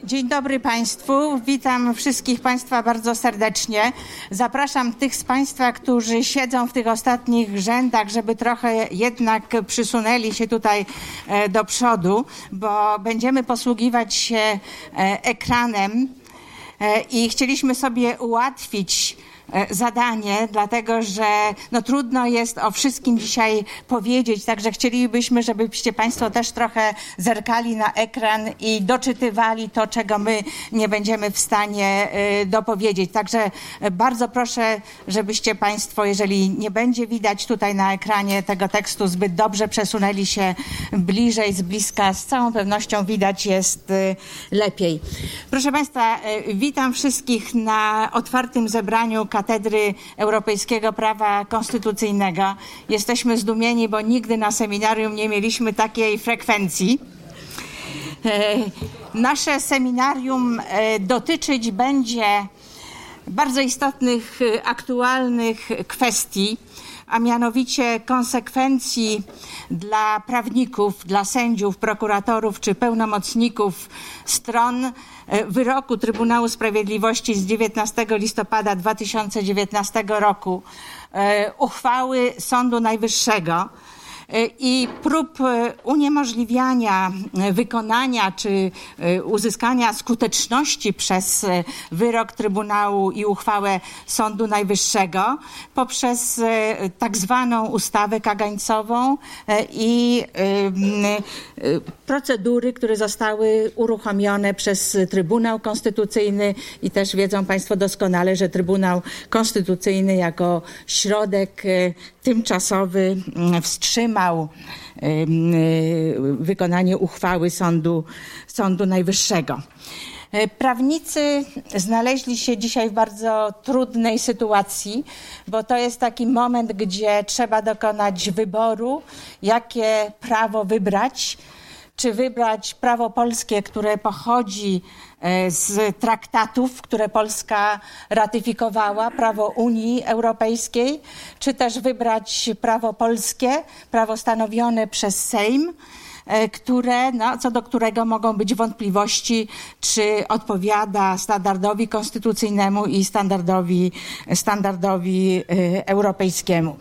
Dzień dobry Państwu. Witam wszystkich Państwa bardzo serdecznie. Zapraszam tych z Państwa, którzy siedzą w tych ostatnich rzędach, żeby trochę jednak przysunęli się tutaj do przodu, bo będziemy posługiwać się ekranem i chcieliśmy sobie ułatwić zadanie, dlatego że trudno jest o wszystkim dzisiaj powiedzieć, także chcielibyśmy, żebyście Państwo też trochę zerkali na ekran i doczytywali to, czego my nie będziemy w stanie dopowiedzieć. Także bardzo proszę, żebyście Państwo, jeżeli nie będzie widać tutaj na ekranie tego tekstu zbyt dobrze, przesunęli się bliżej, z bliska. Z całą pewnością widać jest lepiej. Proszę Państwa, witam wszystkich na otwartym zebraniu Katedry Europejskiego Prawa Konstytucyjnego. Jesteśmy zdumieni, bo nigdy na seminarium nie mieliśmy takiej frekwencji. Nasze seminarium dotyczyć będzie bardzo istotnych, aktualnych kwestii, a mianowicie konsekwencji dla prawników, dla sędziów, prokuratorów czy pełnomocników stron wyroku Trybunału Sprawiedliwości z 19 listopada 2019 roku, uchwały Sądu Najwyższego i prób uniemożliwiania wykonania czy uzyskania skuteczności przez wyrok Trybunału i uchwałę Sądu Najwyższego poprzez tak zwaną ustawę kagańcową i procedury, które zostały uruchomione przez Trybunał Konstytucyjny i też wiedzą Państwo doskonale, że Trybunał Konstytucyjny jako środek tymczasowy wstrzymał wykonanie uchwały Sądu Najwyższego. Prawnicy znaleźli się dzisiaj w bardzo trudnej sytuacji, bo to jest taki moment, gdzie trzeba dokonać wyboru, jakie prawo wybrać. Czy wybrać prawo polskie, które pochodzi z traktatów, które Polska ratyfikowała, prawo Unii Europejskiej, czy też wybrać prawo polskie, prawo stanowione przez Sejm, co do którego mogą być wątpliwości, czy odpowiada standardowi konstytucyjnemu i standardowi europejskiemu.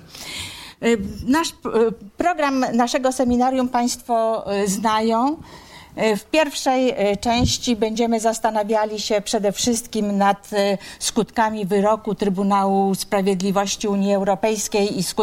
Program naszego seminarium Państwo znają. W pierwszej części będziemy zastanawiali się przede wszystkim nad skutkami wyroku Trybunału Sprawiedliwości Unii Europejskiej i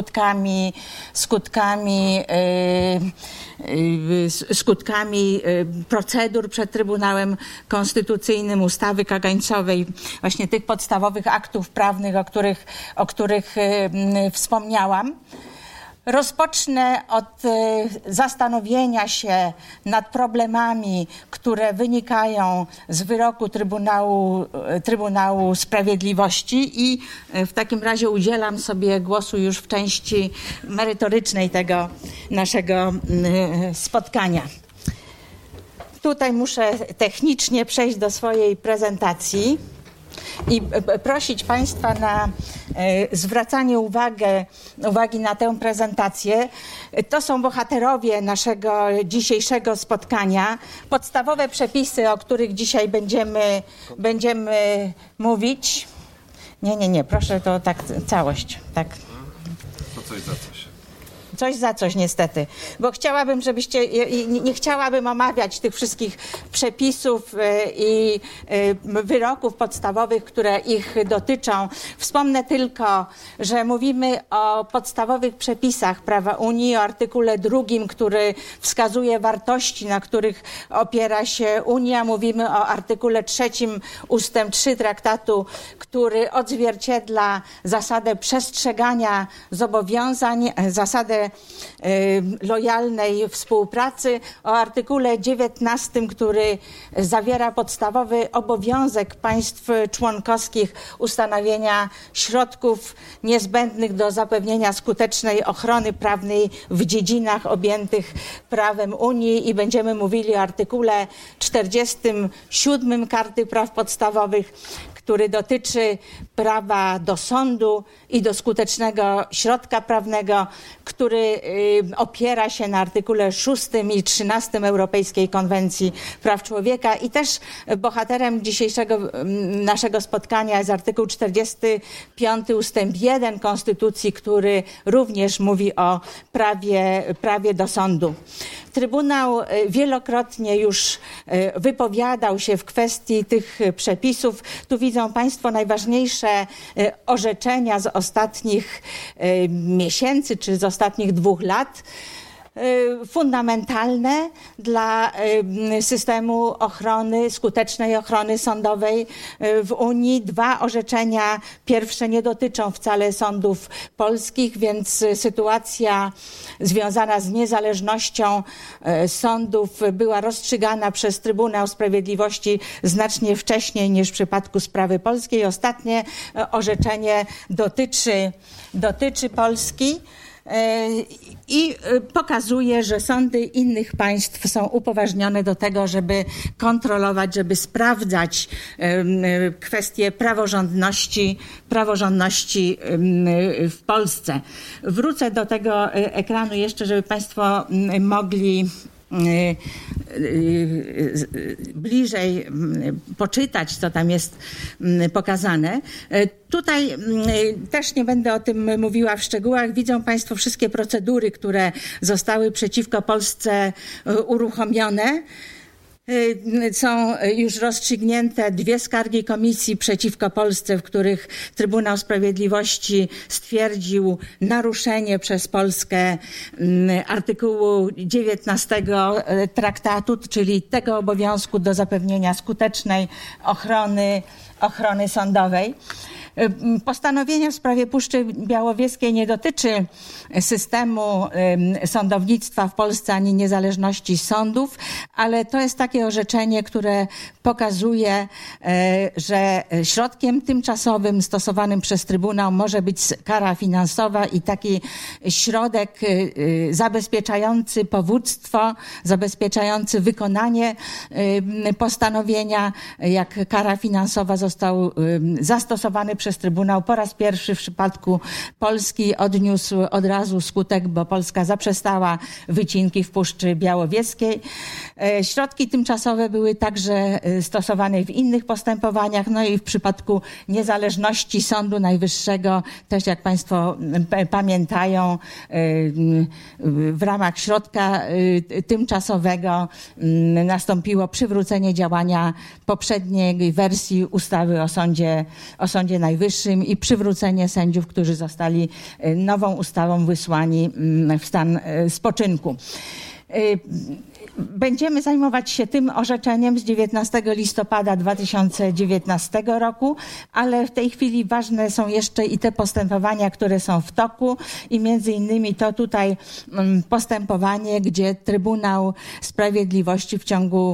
skutkami procedur przed Trybunałem Konstytucyjnym, ustawy kagańcowej, właśnie tych podstawowych aktów prawnych, o których wspomniałam. Rozpocznę od zastanowienia się nad problemami, które wynikają z wyroku Trybunału Sprawiedliwości i w takim razie udzielam sobie głosu już w części merytorycznej tego naszego spotkania. Tutaj muszę technicznie przejść do swojej prezentacji i prosić Państwa na zwracanie uwagi na tę prezentację. To są bohaterowie naszego dzisiejszego spotkania. Podstawowe przepisy, o których dzisiaj będziemy mówić. Nie, proszę, to tak całość. Tak. To coś za coś. Coś za coś niestety, bo chciałabym, żebyście, nie chciałabym omawiać tych wszystkich przepisów i wyroków podstawowych, które ich dotyczą. Wspomnę tylko, że mówimy o podstawowych przepisach prawa Unii, o artykule 2, który wskazuje wartości, na których opiera się Unia. Mówimy o artykule 3 ustęp 3 traktatu, który odzwierciedla zasadę przestrzegania zobowiązań, zasadę lojalnej współpracy, o artykule 19, który zawiera podstawowy obowiązek państw członkowskich ustanowienia środków niezbędnych do zapewnienia skutecznej ochrony prawnej w dziedzinach objętych prawem Unii i będziemy mówili o artykule 47 Karty Praw Podstawowych, który dotyczy prawa do sądu i do skutecznego środka prawnego, który opiera się na artykule 6 i 13 Europejskiej Konwencji Praw Człowieka i też bohaterem dzisiejszego naszego spotkania jest artykuł 45 ustęp 1 Konstytucji, który również mówi o prawie do sądu. Trybunał wielokrotnie już wypowiadał się w kwestii tych przepisów. Tu widzą Państwo najważniejsze orzeczenia z ostatnich miesięcy czy z ostatnich 2 lat. Fundamentalne dla systemu ochrony, skutecznej ochrony sądowej w Unii. 2 orzeczenia pierwsze nie dotyczą wcale sądów polskich, więc sytuacja związana z niezależnością sądów była rozstrzygana przez Trybunał Sprawiedliwości znacznie wcześniej niż w przypadku sprawy polskiej. Ostatnie orzeczenie dotyczy Polski i pokazuje, że sądy innych państw są upoważnione do tego, żeby kontrolować, żeby sprawdzać kwestie praworządności w Polsce. Wrócę do tego ekranu jeszcze, żeby Państwo mogli bliżej poczytać, co tam jest pokazane. Tutaj też nie będę o tym mówiła w szczegółach. Widzą Państwo wszystkie procedury, które zostały przeciwko Polsce uruchomione. Są już rozstrzygnięte 2 skargi komisji przeciwko Polsce, w których Trybunał Sprawiedliwości stwierdził naruszenie przez Polskę artykułu 19 traktatu, czyli tego obowiązku do zapewnienia skutecznej ochrony sądowej. Postanowienie w sprawie Puszczy Białowieskiej nie dotyczy systemu sądownictwa w Polsce ani niezależności sądów, ale to jest takie orzeczenie, które pokazuje, że środkiem tymczasowym stosowanym przez Trybunał może być kara finansowa i taki środek zabezpieczający powództwo, zabezpieczający wykonanie postanowienia, jak kara finansowa został zastosowany przez Trybunał po raz pierwszy w przypadku Polski, odniósł od razu skutek, bo Polska zaprzestała wycinki w Puszczy Białowieskiej. Środki tymczasowe były także stosowane w innych postępowaniach, no i w przypadku niezależności Sądu Najwyższego, też jak Państwo pamiętają, w ramach środka tymczasowego nastąpiło przywrócenie działania poprzedniej wersji ustawy o Sądzie Najwyższym i przywrócenie sędziów, którzy zostali nową ustawą wysłani w stan spoczynku. Będziemy zajmować się tym orzeczeniem z 19 listopada 2019 roku, ale w tej chwili ważne są jeszcze i te postępowania, które są w toku i między innymi to tutaj postępowanie, gdzie Trybunał Sprawiedliwości w ciągu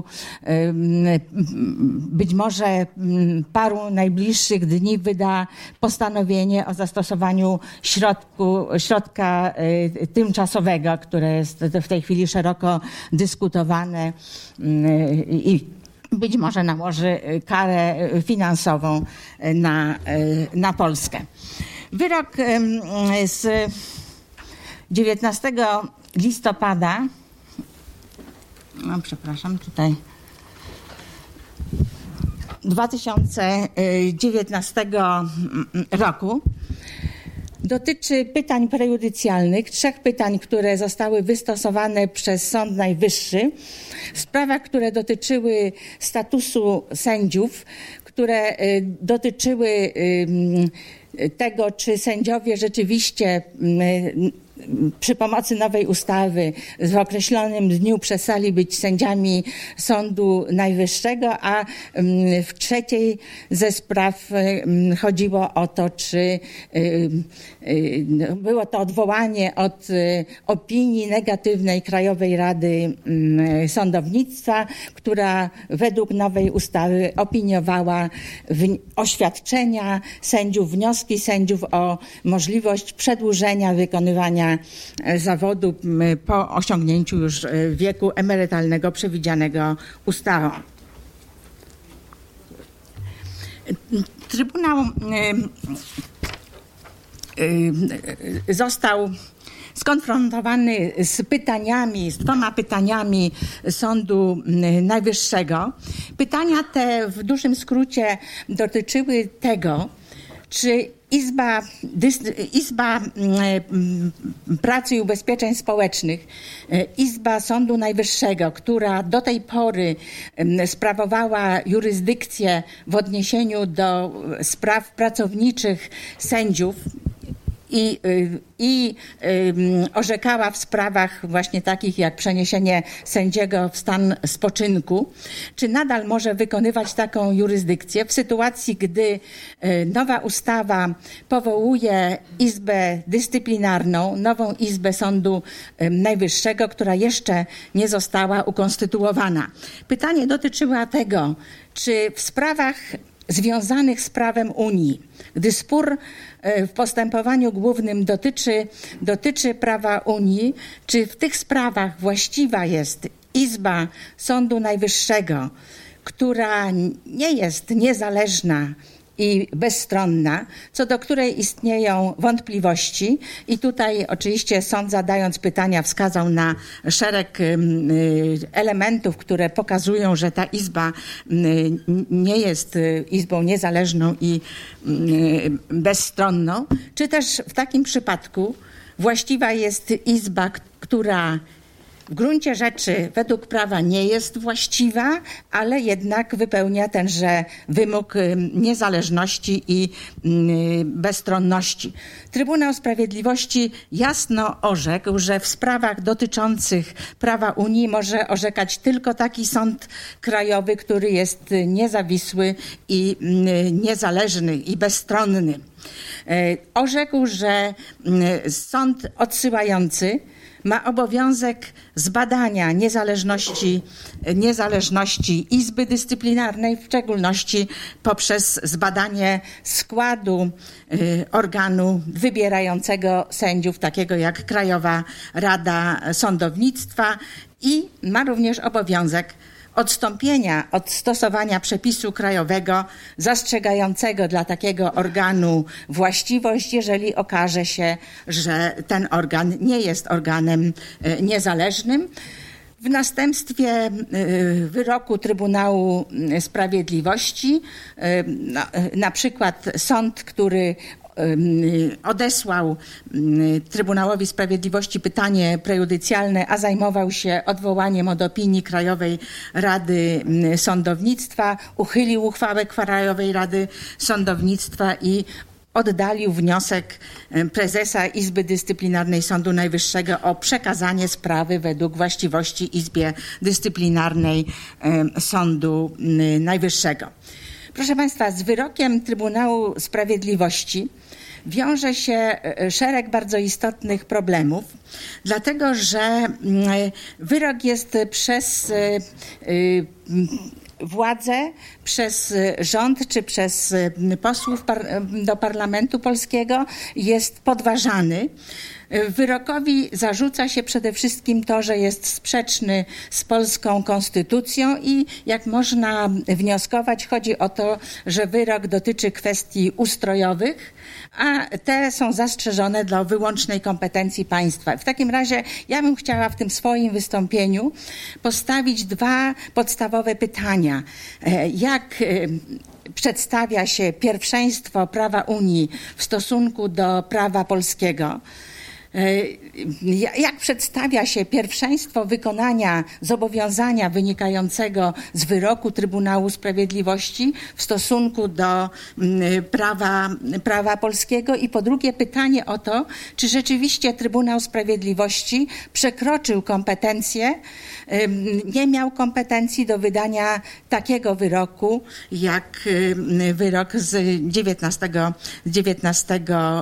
być może paru najbliższych dni wyda postanowienie o zastosowaniu środka tymczasowego, które jest w tej chwili szeroko dyskutowane i być może nałoży karę finansową na Polskę. Wyrok z 19 listopada, przepraszam, tutaj 2019 roku dotyczy pytań prejudycjalnych, 3 pytań, które zostały wystosowane przez Sąd Najwyższy w sprawach, które dotyczyły statusu sędziów, które dotyczyły tego, czy sędziowie rzeczywiście przy pomocy nowej ustawy w określonym dniu przestali być sędziami Sądu Najwyższego, a w 3 ze spraw chodziło o to, czy było to odwołanie od opinii negatywnej Krajowej Rady Sądownictwa, która według nowej ustawy opiniowała oświadczenia sędziów, wnioski sędziów o możliwość przedłużenia wykonywania zawodu po osiągnięciu już wieku emerytalnego przewidzianego ustawą. Trybunał został skonfrontowany z dwoma pytaniami Sądu Najwyższego. Pytania te w dużym skrócie dotyczyły tego, czy Izba Pracy i Ubezpieczeń Społecznych, Izba Sądu Najwyższego, która do tej pory sprawowała jurysdykcję w odniesieniu do spraw pracowniczych sędziów i orzekała w sprawach właśnie takich jak przeniesienie sędziego w stan spoczynku, czy nadal może wykonywać taką jurysdykcję w sytuacji, gdy nowa ustawa powołuje Izbę Dyscyplinarną, nową Izbę Sądu Najwyższego, która jeszcze nie została ukonstytuowana. Pytanie dotyczyło tego, czy w sprawach związanych z prawem Unii, gdy spór w postępowaniu głównym dotyczy prawa Unii, czy w tych sprawach właściwa jest Izba Sądu Najwyższego, która nie jest niezależna i bezstronna, co do której istnieją wątpliwości. I tutaj oczywiście sąd, zadając pytania, wskazał na szereg elementów, które pokazują, że ta izba nie jest izbą niezależną i bezstronną. Czy też w takim przypadku właściwa jest izba, która w gruncie rzeczy według prawa nie jest właściwa, ale jednak wypełnia tenże wymóg niezależności i bezstronności. Trybunał Sprawiedliwości jasno orzekł, że w sprawach dotyczących prawa Unii może orzekać tylko taki sąd krajowy, który jest niezawisły i niezależny i bezstronny. Orzekł, że sąd odsyłający ma obowiązek zbadania niezależności Izby Dyscyplinarnej, w szczególności poprzez zbadanie składu organu wybierającego sędziów, takiego jak Krajowa Rada Sądownictwa, i ma również obowiązek odstąpienia od stosowania przepisu krajowego zastrzegającego dla takiego organu właściwość, jeżeli okaże się, że ten organ nie jest organem niezależnym. W następstwie wyroku Trybunału Sprawiedliwości, na przykład sąd, który odesłał Trybunałowi Sprawiedliwości pytanie prejudycjalne, a zajmował się odwołaniem od opinii Krajowej Rady Sądownictwa, uchylił uchwałę Krajowej Rady Sądownictwa i oddalił wniosek prezesa Izby Dyscyplinarnej Sądu Najwyższego o przekazanie sprawy według właściwości Izbie Dyscyplinarnej Sądu Najwyższego. Proszę Państwa, z wyrokiem Trybunału Sprawiedliwości wiąże się szereg bardzo istotnych problemów, dlatego że wyrok jest przez władzę, przez rząd czy przez posłów do Parlamentu Polskiego jest podważany. Wyrokowi zarzuca się przede wszystkim to, że jest sprzeczny z polską konstytucją i jak można wnioskować, chodzi o to, że wyrok dotyczy kwestii ustrojowych, a te są zastrzeżone dla wyłącznej kompetencji państwa. W takim razie ja bym chciała w tym swoim wystąpieniu postawić dwa podstawowe pytania. Jak przedstawia się pierwszeństwo prawa Unii w stosunku do prawa polskiego? Jak przedstawia się pierwszeństwo wykonania zobowiązania wynikającego z wyroku Trybunału Sprawiedliwości w stosunku do prawa polskiego? I po drugie pytanie o to, czy rzeczywiście Trybunał Sprawiedliwości przekroczył kompetencje, nie miał kompetencji do wydania takiego wyroku jak wyrok z 19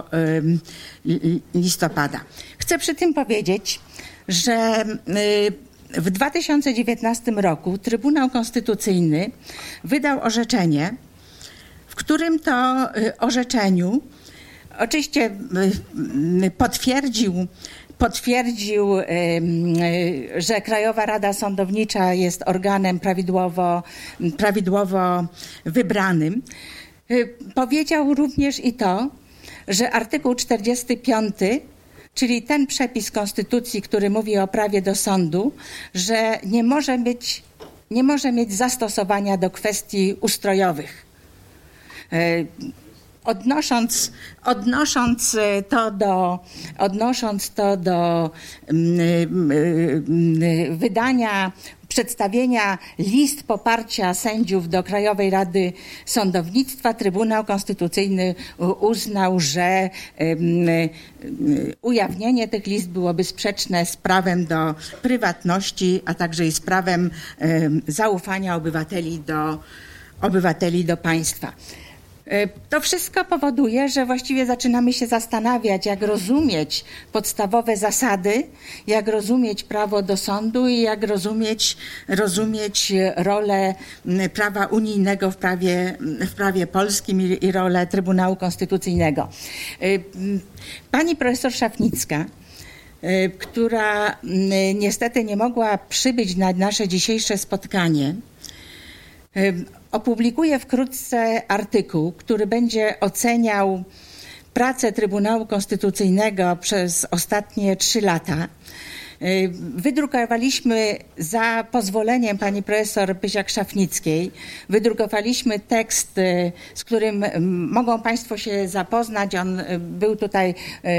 listopada. Chcę przy tym powiedzieć, że w 2019 roku Trybunał Konstytucyjny wydał orzeczenie, w którym to orzeczeniu oczywiście potwierdził, że Krajowa Rada Sądownicza jest organem prawidłowo wybranym. Powiedział również i to, że artykuł 45, czyli ten przepis Konstytucji, który mówi o prawie do sądu, że nie może mieć zastosowania do kwestii ustrojowych. Odnosząc to do wydania, przedstawienia list poparcia sędziów do Krajowej Rady Sądownictwa, Trybunał Konstytucyjny uznał, że ujawnienie tych list byłoby sprzeczne z prawem do prywatności, a także i z prawem zaufania obywateli do państwa. To wszystko powoduje, że właściwie zaczynamy się zastanawiać, jak rozumieć podstawowe zasady, jak rozumieć prawo do sądu i jak rozumieć rolę prawa unijnego w prawie polskim i rolę Trybunału Konstytucyjnego. Pani profesor Szafnicka, która niestety nie mogła przybyć na nasze dzisiejsze spotkanie, opublikuje wkrótce artykuł, który będzie oceniał pracę Trybunału Konstytucyjnego przez ostatnie 3 lata. Wydrukowaliśmy za pozwoleniem pani profesor Pyziak-Szafnickiej, wydrukowaliśmy tekst, z którym mogą państwo się zapoznać. On był tutaj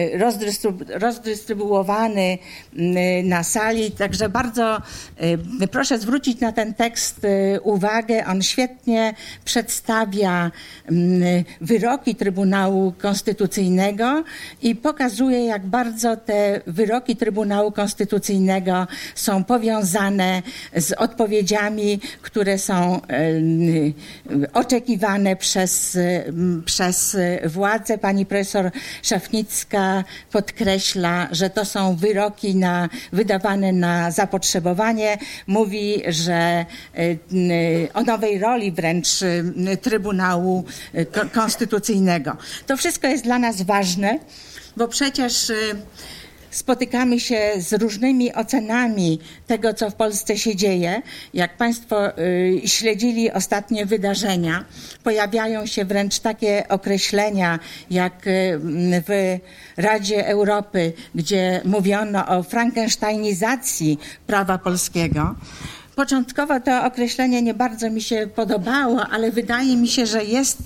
rozdystrybuowany na sali, także bardzo proszę zwrócić na ten tekst uwagę. On świetnie przedstawia wyroki Trybunału Konstytucyjnego i pokazuje, jak bardzo te wyroki Trybunału Konstytucyjnego są powiązane z odpowiedziami, które są oczekiwane przez władze. Pani profesor Szafnicka podkreśla, że to są wyroki wydawane na zapotrzebowanie. Mówi, że o nowej roli wręcz Trybunału Konstytucyjnego. To wszystko jest dla nas ważne, bo przecież spotykamy się z różnymi ocenami tego, co w Polsce się dzieje. Jak państwo śledzili ostatnie wydarzenia, pojawiają się wręcz takie określenia, jak w Radzie Europy, gdzie mówiono o frankensteinizacji prawa polskiego. Początkowo to określenie nie bardzo mi się podobało, ale wydaje mi się, że jest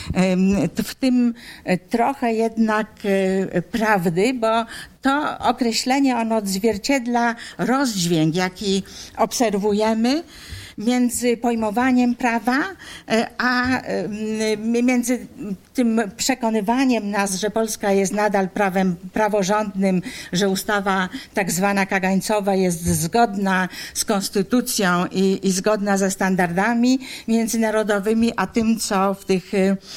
w tym trochę jednak prawdy, bo to określenie ono odzwierciedla rozdźwięk, jaki obserwujemy między pojmowaniem prawa, a między tym przekonywaniem nas, że Polska jest nadal prawem praworządnym, że ustawa tak zwana kagańcowa jest zgodna z konstytucją i zgodna ze standardami międzynarodowymi, a tym, co w tych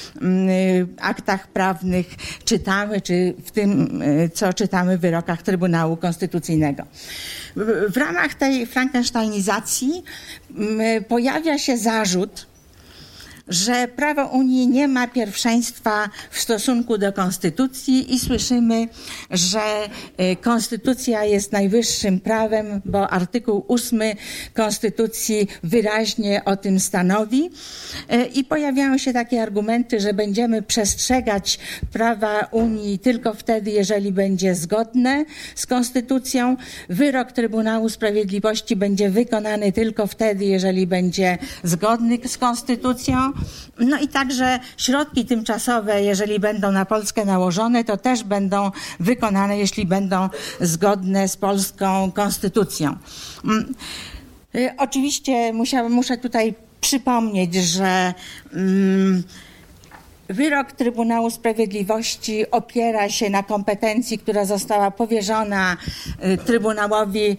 aktach prawnych czytamy, czy w tym, co czytamy w wyrokach Trybunału Konstytucyjnego. W ramach tej frankensteinizacji pojawia się zarzut, że prawo Unii nie ma pierwszeństwa w stosunku do konstytucji i słyszymy, że konstytucja jest najwyższym prawem, bo artykuł 8 konstytucji wyraźnie o tym stanowi. I pojawiają się takie argumenty, że będziemy przestrzegać prawa Unii tylko wtedy, jeżeli będzie zgodne z konstytucją. Wyrok Trybunału Sprawiedliwości będzie wykonany tylko wtedy, jeżeli będzie zgodny z konstytucją. No i także środki tymczasowe, jeżeli będą na Polskę nałożone, to też będą wykonane, jeśli będą zgodne z polską konstytucją. Oczywiście muszę tutaj przypomnieć, że wyrok Trybunału Sprawiedliwości opiera się na kompetencji, która została powierzona Trybunałowi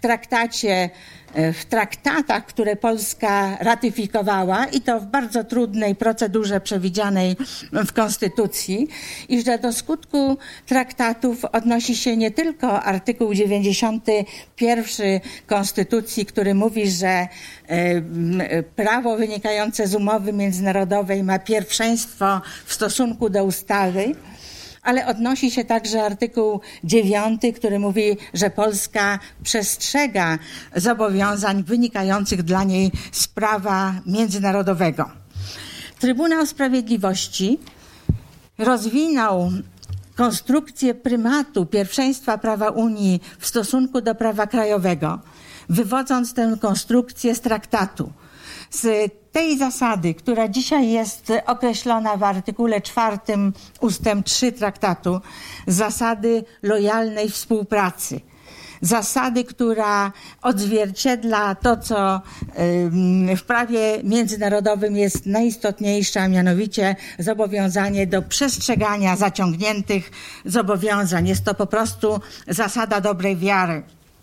w traktatach, które Polska ratyfikowała i to w bardzo trudnej procedurze przewidzianej w Konstytucji i że do skutku traktatów odnosi się nie tylko artykuł 91 Konstytucji, który mówi, że prawo wynikające z umowy międzynarodowej ma pierwszeństwo w stosunku do ustawy, ale odnosi się także artykuł 9, który mówi, że Polska przestrzega zobowiązań wynikających dla niej z prawa międzynarodowego. Trybunał Sprawiedliwości rozwinął konstrukcję prymatu pierwszeństwa prawa Unii w stosunku do prawa krajowego, wywodząc tę konstrukcję z traktatu. Z tej zasady, która dzisiaj jest określona w artykule 4 ustęp 3 traktatu, zasady lojalnej współpracy. Zasady, która odzwierciedla to, co w prawie międzynarodowym jest najistotniejsze, a mianowicie zobowiązanie do przestrzegania zaciągniętych zobowiązań. Jest to po prostu zasada dobrej wiary,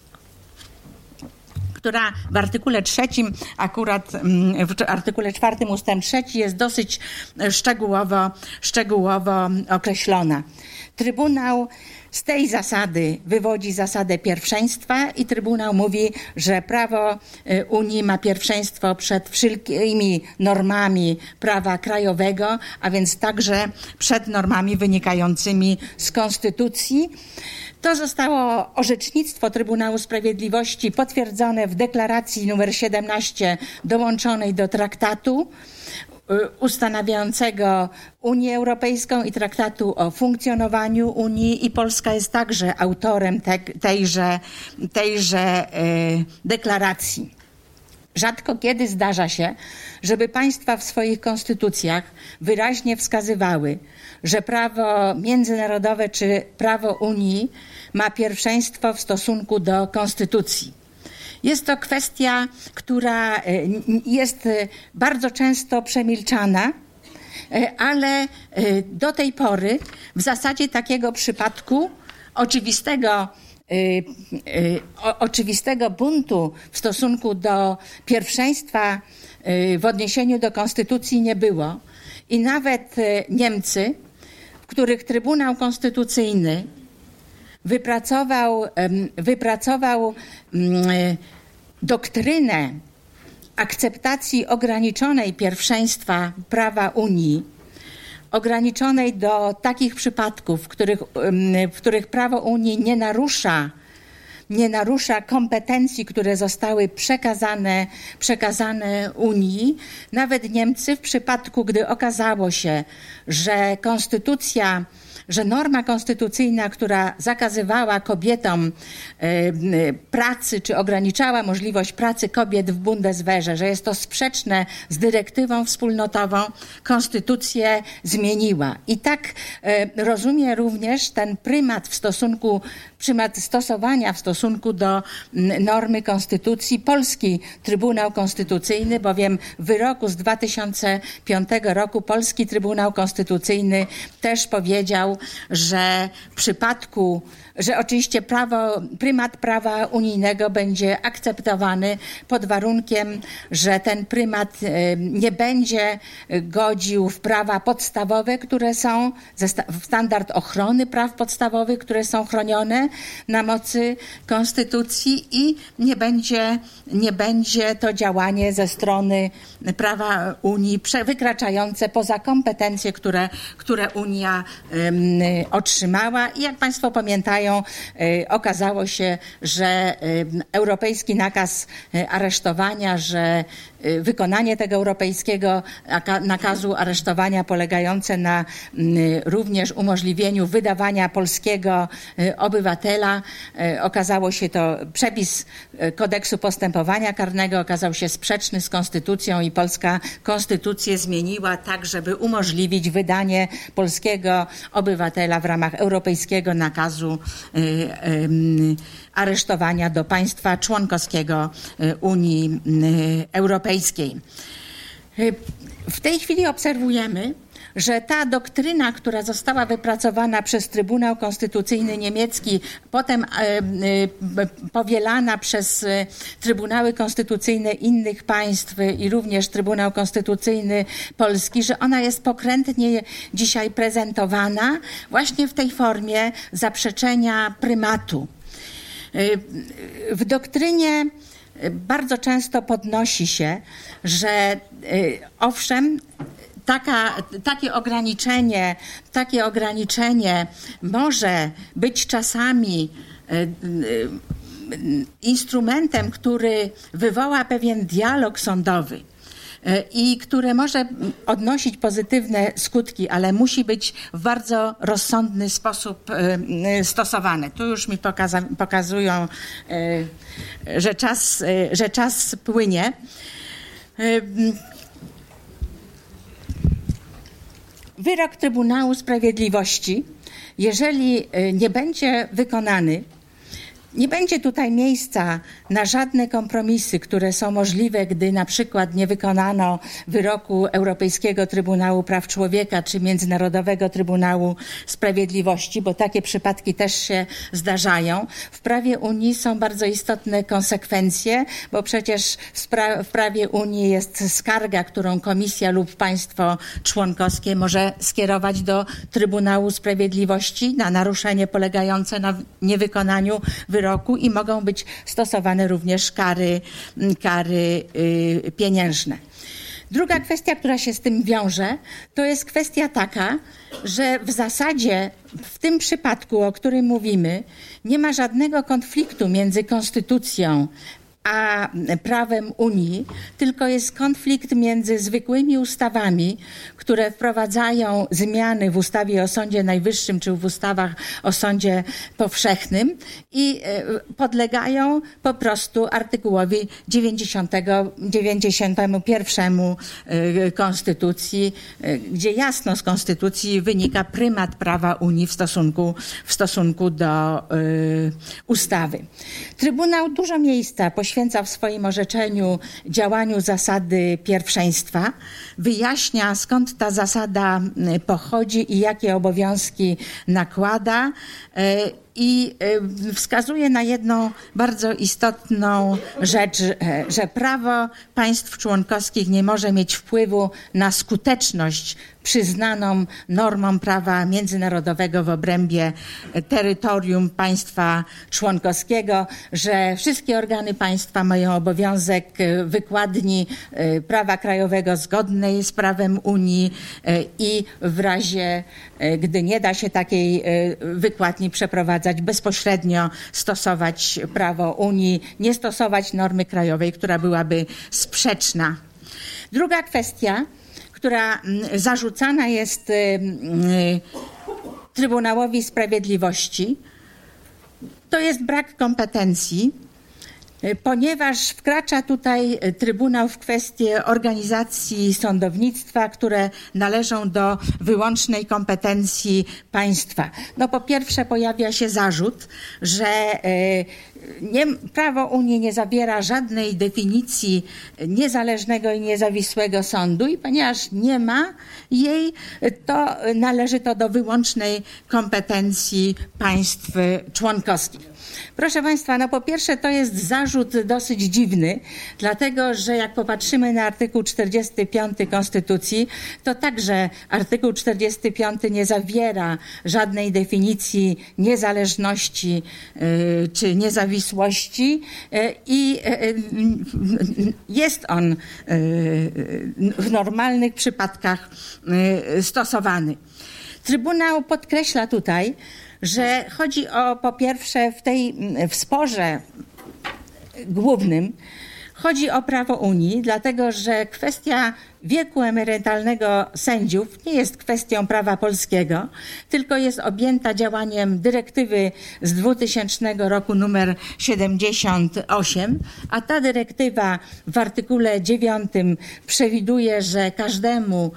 która w artykule 3, akurat w artykule 4 ustęp 3 jest dosyć szczegółowo określona. Trybunał z tej zasady wywodzi zasadę pierwszeństwa i Trybunał mówi, że prawo Unii ma pierwszeństwo przed wszelkimi normami prawa krajowego, a więc także przed normami wynikającymi z Konstytucji. To zostało orzecznictwo Trybunału Sprawiedliwości potwierdzone w deklaracji nr 17 dołączonej do traktatu ustanawiającego Unię Europejską i traktatu o funkcjonowaniu Unii, i Polska jest także autorem tejże deklaracji. Rzadko kiedy zdarza się, żeby państwa w swoich konstytucjach wyraźnie wskazywały, że prawo międzynarodowe czy prawo Unii ma pierwszeństwo w stosunku do konstytucji. Jest to kwestia, która jest bardzo często przemilczana, ale do tej pory w zasadzie takiego przypadku oczywistego buntu w stosunku do pierwszeństwa w odniesieniu do konstytucji nie było. I nawet Niemcy, w których Trybunał Konstytucyjny wypracował doktrynę akceptacji ograniczonej pierwszeństwa prawa Unii, ograniczonej do takich przypadków, w których prawo Unii nie narusza kompetencji, które zostały przekazane Unii. Nawet Niemcy w przypadku, gdy okazało się, że norma konstytucyjna, która zakazywała kobietom pracy, czy ograniczała możliwość pracy kobiet w Bundeswehrze, że jest to sprzeczne z dyrektywą wspólnotową, konstytucję zmieniła. I tak rozumie również ten prymat stosowania w stosunku do normy konstytucji polski Trybunał Konstytucyjny, bowiem w wyroku z 2005 roku polski Trybunał Konstytucyjny też powiedział, że że oczywiście prymat prawa unijnego będzie akceptowany pod warunkiem, że ten prymat nie będzie godził w prawa podstawowe, które są, w standard ochrony praw podstawowych, które są chronione na mocy Konstytucji, i nie będzie to działanie ze strony prawa Unii wykraczające poza kompetencje, które Unia otrzymała. I jak Państwo pamiętają, okazało się, że europejski nakaz aresztowania, że wykonanie tego europejskiego nakazu aresztowania polegające na również umożliwieniu wydawania polskiego obywatela, okazało się to, przepis kodeksu postępowania karnego okazał się sprzeczny z konstytucją i polska konstytucję zmieniła tak, żeby umożliwić wydanie polskiego obywatela w ramach europejskiego nakazu aresztowania do państwa członkowskiego Unii Europejskiej. W tej chwili obserwujemy, że ta doktryna, która została wypracowana przez Trybunał Konstytucyjny niemiecki, potem powielana przez Trybunały Konstytucyjne innych państw i również Trybunał Konstytucyjny Polski, że ona jest pokrętnie dzisiaj prezentowana właśnie w tej formie zaprzeczenia prymatu. W doktrynie bardzo często podnosi się, że owszem, takie ograniczenie może być czasami instrumentem, który wywoła pewien dialog sądowy. i które może odnosić pozytywne skutki, ale musi być w bardzo rozsądny sposób stosowane. Tu już mi pokazują, że czas płynie. Wyrok Trybunału Sprawiedliwości, jeżeli nie będzie wykonany, nie będzie tutaj miejsca na żadne kompromisy, które są możliwe, gdy na przykład nie wykonano wyroku Europejskiego Trybunału Praw Człowieka czy Międzynarodowego Trybunału Sprawiedliwości, bo takie przypadki też się zdarzają. W prawie Unii są bardzo istotne konsekwencje, bo przecież w prawie Unii jest skarga, którą Komisja lub państwo członkowskie może skierować do Trybunału Sprawiedliwości na naruszenie polegające na niewykonaniu wyroku i mogą być stosowane również kary pieniężne. Druga kwestia, która się z tym wiąże, to jest kwestia taka, że w zasadzie w tym przypadku, o którym mówimy, nie ma żadnego konfliktu między konstytucją a prawem Unii, tylko jest konflikt między zwykłymi ustawami, które wprowadzają zmiany w ustawie o Sądzie Najwyższym czy w ustawach o Sądzie Powszechnym i podlegają po prostu artykułowi 91 Konstytucji, gdzie jasno z Konstytucji wynika prymat prawa Unii w stosunku do ustawy. Trybunał dużo miejsca poświęca w swoim orzeczeniu działaniu zasady pierwszeństwa, wyjaśnia, skąd ta zasada pochodzi i jakie obowiązki nakłada i wskazuje na jedną bardzo istotną rzecz, że prawo państw członkowskich nie może mieć wpływu na skuteczność przyznaną normom prawa międzynarodowego w obrębie terytorium państwa członkowskiego, że wszystkie organy państwa mają obowiązek wykładni prawa krajowego zgodnej z prawem Unii i w razie, gdy nie da się takiej wykładni przeprowadzić, bezpośrednio stosować prawo Unii, nie stosować normy krajowej, która byłaby sprzeczna. Druga kwestia, która zarzucana jest Trybunałowi Sprawiedliwości, to jest brak kompetencji, ponieważ wkracza tutaj Trybunał w kwestie organizacji sądownictwa, które należą do wyłącznej kompetencji państwa. No po pierwsze pojawia się zarzut, że prawo Unii nie zawiera żadnej definicji niezależnego i niezawisłego sądu i ponieważ nie ma jej, to należy to do wyłącznej kompetencji państw członkowskich. Proszę Państwa, no po pierwsze to jest zarzut dosyć dziwny, dlatego że jak popatrzymy na artykuł 45 Konstytucji, to także artykuł 45 nie zawiera żadnej definicji niezależności czy niezawisłości i jest on w normalnych przypadkach stosowany. Trybunał podkreśla tutaj, że chodzi o, po pierwsze, w sporze głównym chodzi o prawo Unii, dlatego że kwestia wieku emerytalnego sędziów nie jest kwestią prawa polskiego, tylko jest objęta działaniem dyrektywy z 2000 roku numer 78, a ta dyrektywa w artykule 9 przewiduje, że każdemu,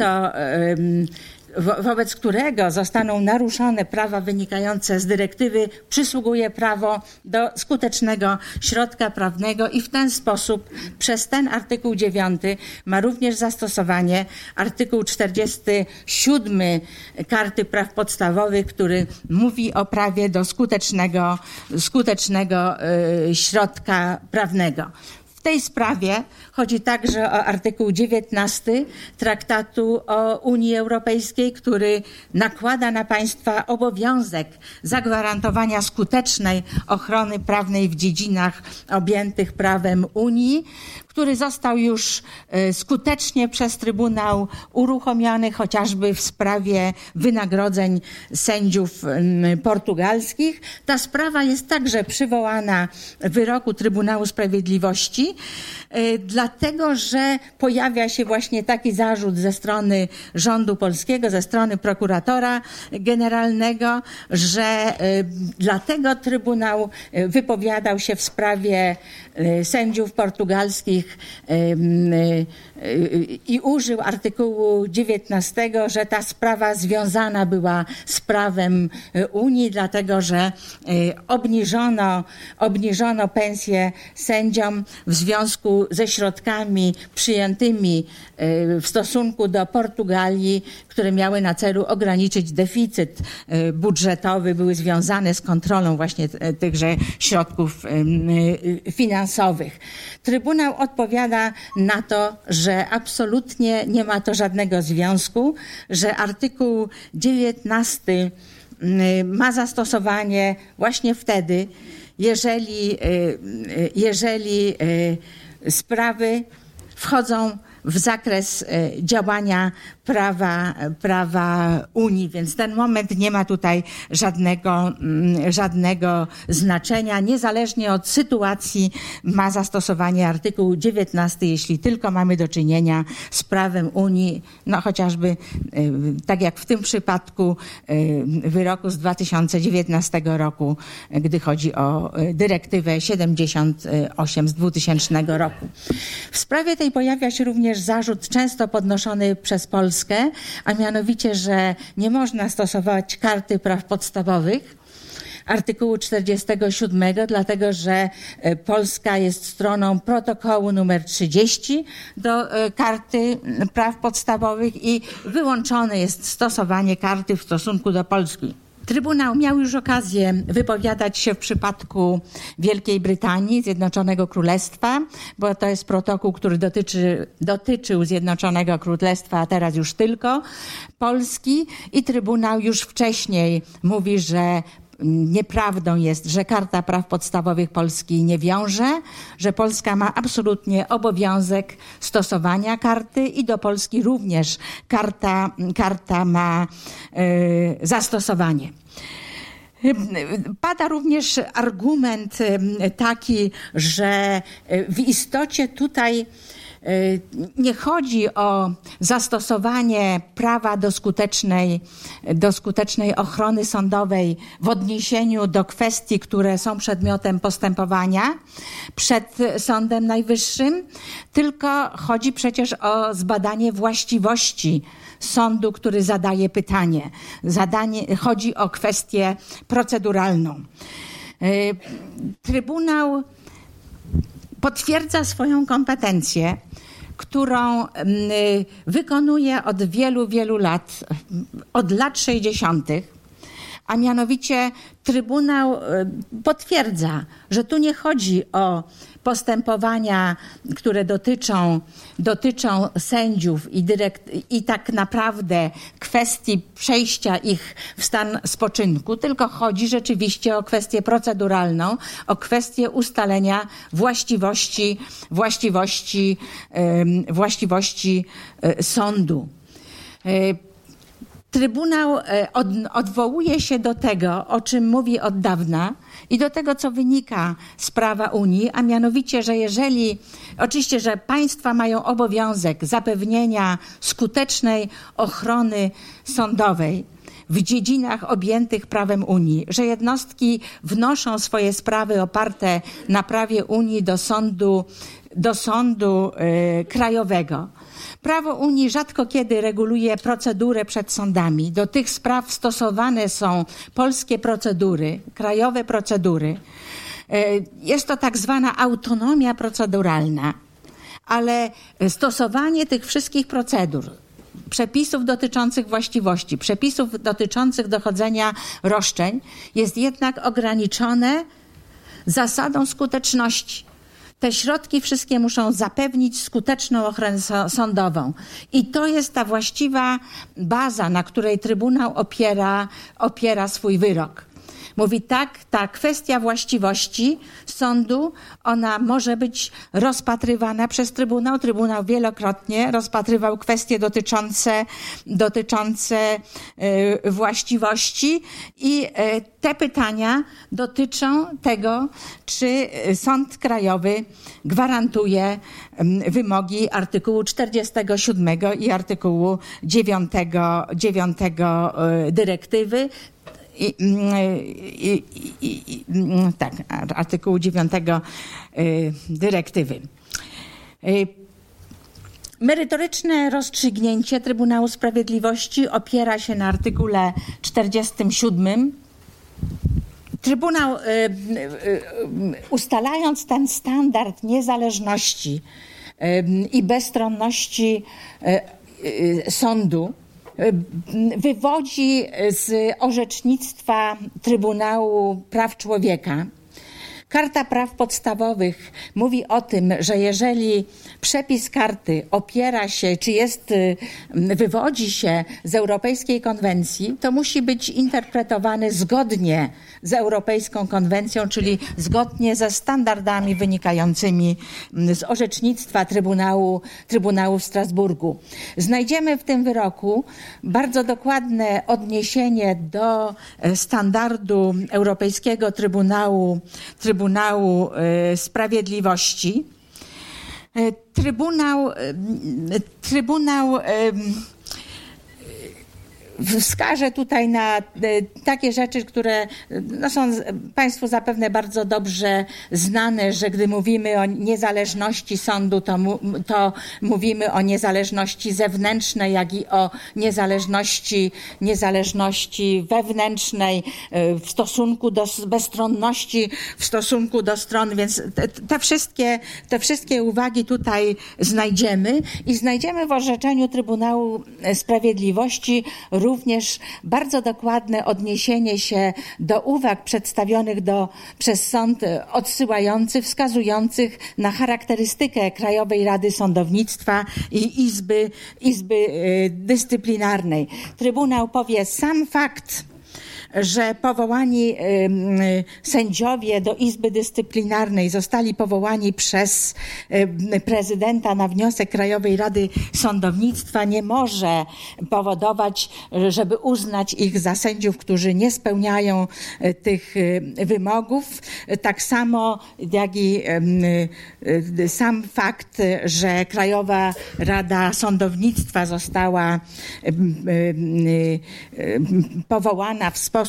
wobec którego zostaną naruszone prawa wynikające z dyrektywy, przysługuje prawo do skutecznego środka prawnego i w ten sposób przez ten artykuł 9 ma również zastosowanie artykuł 47 Karty Praw Podstawowych, który mówi o prawie do skutecznego środka prawnego. W tej sprawie chodzi także o artykuł 19 Traktatu o Unii Europejskiej, który nakłada na państwa obowiązek zagwarantowania skutecznej ochrony prawnej w dziedzinach objętych prawem Unii, który został już skutecznie przez Trybunał uruchomiony, chociażby w sprawie wynagrodzeń sędziów portugalskich. Ta sprawa jest także przywołana w wyroku Trybunału Sprawiedliwości, dlatego że pojawia się właśnie taki zarzut ze strony rządu polskiego, ze strony prokuratora generalnego, że dlatego Trybunał wypowiadał się w sprawie sędziów portugalskich i użył artykułu 19, że ta sprawa związana była z prawem Unii, dlatego że obniżono pensję sędziom w związku ze środkami przyjętymi w stosunku do Portugalii, które miały na celu ograniczyć deficyt budżetowy, były związane z kontrolą właśnie tychże środków finansowych. Trybunał odpowiada na to, że absolutnie nie ma to żadnego związku, że artykuł 19 ma zastosowanie właśnie wtedy, jeżeli sprawy wchodzą w zakres działania prawa Unii, więc ten moment nie ma tutaj żadnego znaczenia. Niezależnie od sytuacji ma zastosowanie artykuł 19, jeśli tylko mamy do czynienia z prawem Unii, no chociażby tak jak w tym przypadku wyroku z 2019 roku, gdy chodzi o dyrektywę 78 z 2000 roku. W sprawie tej pojawia się również zarzut często podnoszony przez Polskę, a mianowicie, że nie można stosować Karty Praw Podstawowych, artykułu 47, dlatego że Polska jest stroną protokołu numer 30 do Karty Praw Podstawowych i wyłączone jest stosowanie karty w stosunku do Polski. Trybunał miał już okazję wypowiadać się w przypadku Wielkiej Zjednoczonego Królestwa, bo to jest protokół, który dotyczył Zjednoczonego Królestwa, a teraz już tylko Polski, i Trybunał już wcześniej mówi, że nieprawdą jest, że Karta Praw Podstawowych Polski nie wiąże, że Polska ma absolutnie obowiązek stosowania karty i do Polski również karta ma zastosowanie. Pada również argument taki, że w istocie tutaj nie chodzi o zastosowanie prawa do skutecznej ochrony sądowej w odniesieniu do kwestii, które są przedmiotem postępowania przed Sądem Najwyższym, tylko chodzi przecież o zbadanie właściwości sądu, który zadaje pytanie. Chodzi o kwestię proceduralną. Trybunał potwierdza swoją kompetencję, którą wykonuje od wielu lat, od lat 60., a mianowicie Trybunał potwierdza, że tu nie chodzi o postępowania, które dotyczą sędziów i tak naprawdę kwestii przejścia ich w stan spoczynku, tylko chodzi rzeczywiście o kwestię proceduralną, o kwestię ustalenia właściwości sądu. Trybunał odwołuje się do tego, o czym mówi od dawna i do tego, co wynika z prawa Unii, a mianowicie, że oczywiście, że państwa mają obowiązek zapewnienia skutecznej ochrony sądowej w dziedzinach objętych prawem Unii, że jednostki wnoszą swoje sprawy oparte na prawie Unii do sądu krajowego. Prawo Unii rzadko kiedy reguluje procedurę przed sądami. Do tych spraw stosowane są polskie procedury, krajowe procedury. Jest to tak zwana autonomia proceduralna, ale stosowanie tych wszystkich procedur, przepisów dotyczących właściwości, przepisów dotyczących dochodzenia roszczeń jest jednak ograniczone zasadą skuteczności. Te środki wszystkie muszą zapewnić skuteczną ochronę sądową. I to jest ta właściwa baza, na której Trybunał opiera swój wyrok. Mówi tak, ta kwestia właściwości sądu, ona może być rozpatrywana przez Trybunał. Trybunał wielokrotnie rozpatrywał kwestie dotyczące właściwości i te pytania dotyczą tego, czy Sąd Krajowy gwarantuje wymogi artykułu 47 i artykułu 9 dyrektywy. Tak, artykułu 9 dyrektywy. Merytoryczne rozstrzygnięcie Trybunału Sprawiedliwości opiera się na artykule 47. Trybunał, ustalając ten standard niezależności i bezstronności sądu, wywodzi z orzecznictwa Trybunału Praw Człowieka. Karta Praw Podstawowych mówi o tym, że jeżeli przepis karty opiera się, wywodzi się z Europejskiej Konwencji, to musi być interpretowany zgodnie z Europejską Konwencją, czyli zgodnie ze standardami wynikającymi z orzecznictwa Trybunału w Strasburgu. Znajdziemy w tym wyroku bardzo dokładne odniesienie do standardu Europejskiego Trybunału Sprawiedliwości. Trybunał wskażę tutaj na takie rzeczy, które są Państwu zapewne bardzo dobrze znane, że gdy mówimy o niezależności sądu, to mówimy o niezależności zewnętrznej, jak i o niezależności wewnętrznej w stosunku do bezstronności, w stosunku do stron, więc te wszystkie uwagi tutaj znajdziemy i znajdziemy w orzeczeniu Trybunału Sprawiedliwości również bardzo dokładne odniesienie się do uwag przedstawionych przez sąd wskazujących na charakterystykę Krajowej Rady Sądownictwa i Izby Dyscyplinarnej. Trybunał powie, sam fakt, że powołani sędziowie do Izby Dyscyplinarnej zostali powołani przez prezydenta na wniosek Krajowej Rady Sądownictwa, nie może powodować, żeby uznać ich za sędziów, którzy nie spełniają tych wymogów. Tak samo jak i sam fakt, że Krajowa Rada Sądownictwa została powołana w sposób,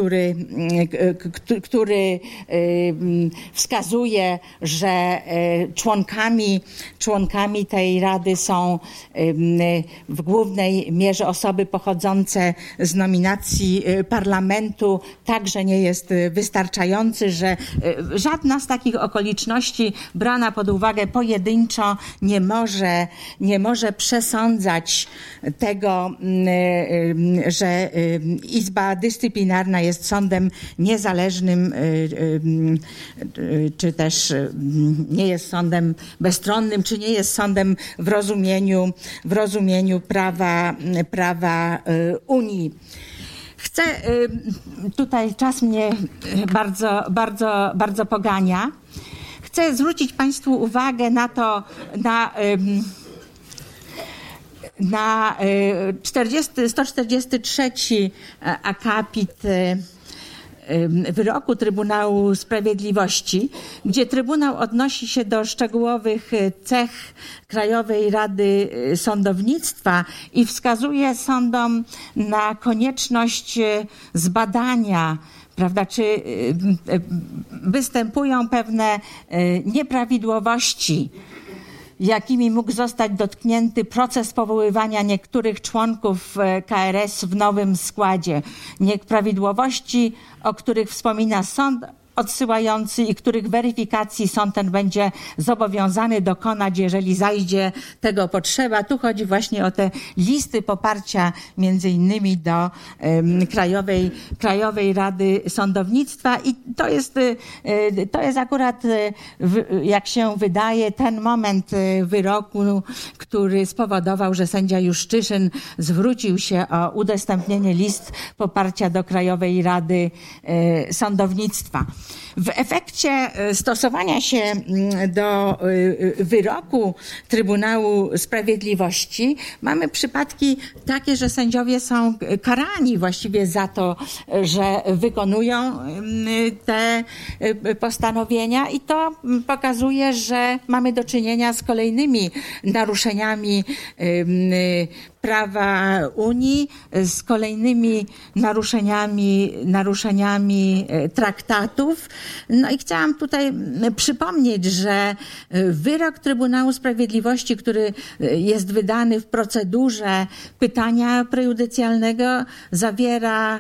który wskazuje, że członkami tej rady są w głównej mierze osoby pochodzące z nominacji parlamentu, także nie jest wystarczający, że żadna z takich okoliczności brana pod uwagę pojedynczo nie może przesądzać tego, że Izba Dyscyplinarna jest sądem niezależnym, czy też nie jest sądem bezstronnym, czy nie jest sądem w rozumieniu prawa Unii. Chcę, tutaj czas mnie bardzo pogania. Chcę zwrócić Państwu uwagę na 143 akapit wyroku Trybunału Sprawiedliwości, gdzie Trybunał odnosi się do szczegółowych cech Krajowej Rady Sądownictwa i wskazuje sądom na konieczność zbadania, prawda, czy występują pewne nieprawidłowości, jakimi mógł zostać dotknięty proces powoływania niektórych członków KRS w nowym składzie. Nieprawidłowości, o których wspomina sąd, odsyłający i których weryfikacji sąd ten będzie zobowiązany dokonać, jeżeli zajdzie tego potrzeba. Tu chodzi właśnie o te listy poparcia między innymi do Krajowej Rady Sądownictwa i to jest akurat, jak się wydaje, ten moment wyroku, który spowodował, że sędzia Juszczyszyn zwrócił się o udostępnienie list poparcia do Krajowej Rady Sądownictwa. W efekcie stosowania się do wyroku Trybunału Sprawiedliwości mamy przypadki takie, że sędziowie są karani właściwie za to, że wykonują te postanowienia i to pokazuje, że mamy do czynienia z kolejnymi naruszeniami prawa Unii, z kolejnymi naruszeniami traktatów. No i chciałam tutaj przypomnieć, że wyrok Trybunału Sprawiedliwości, który jest wydany w procedurze pytania prejudycjalnego, zawiera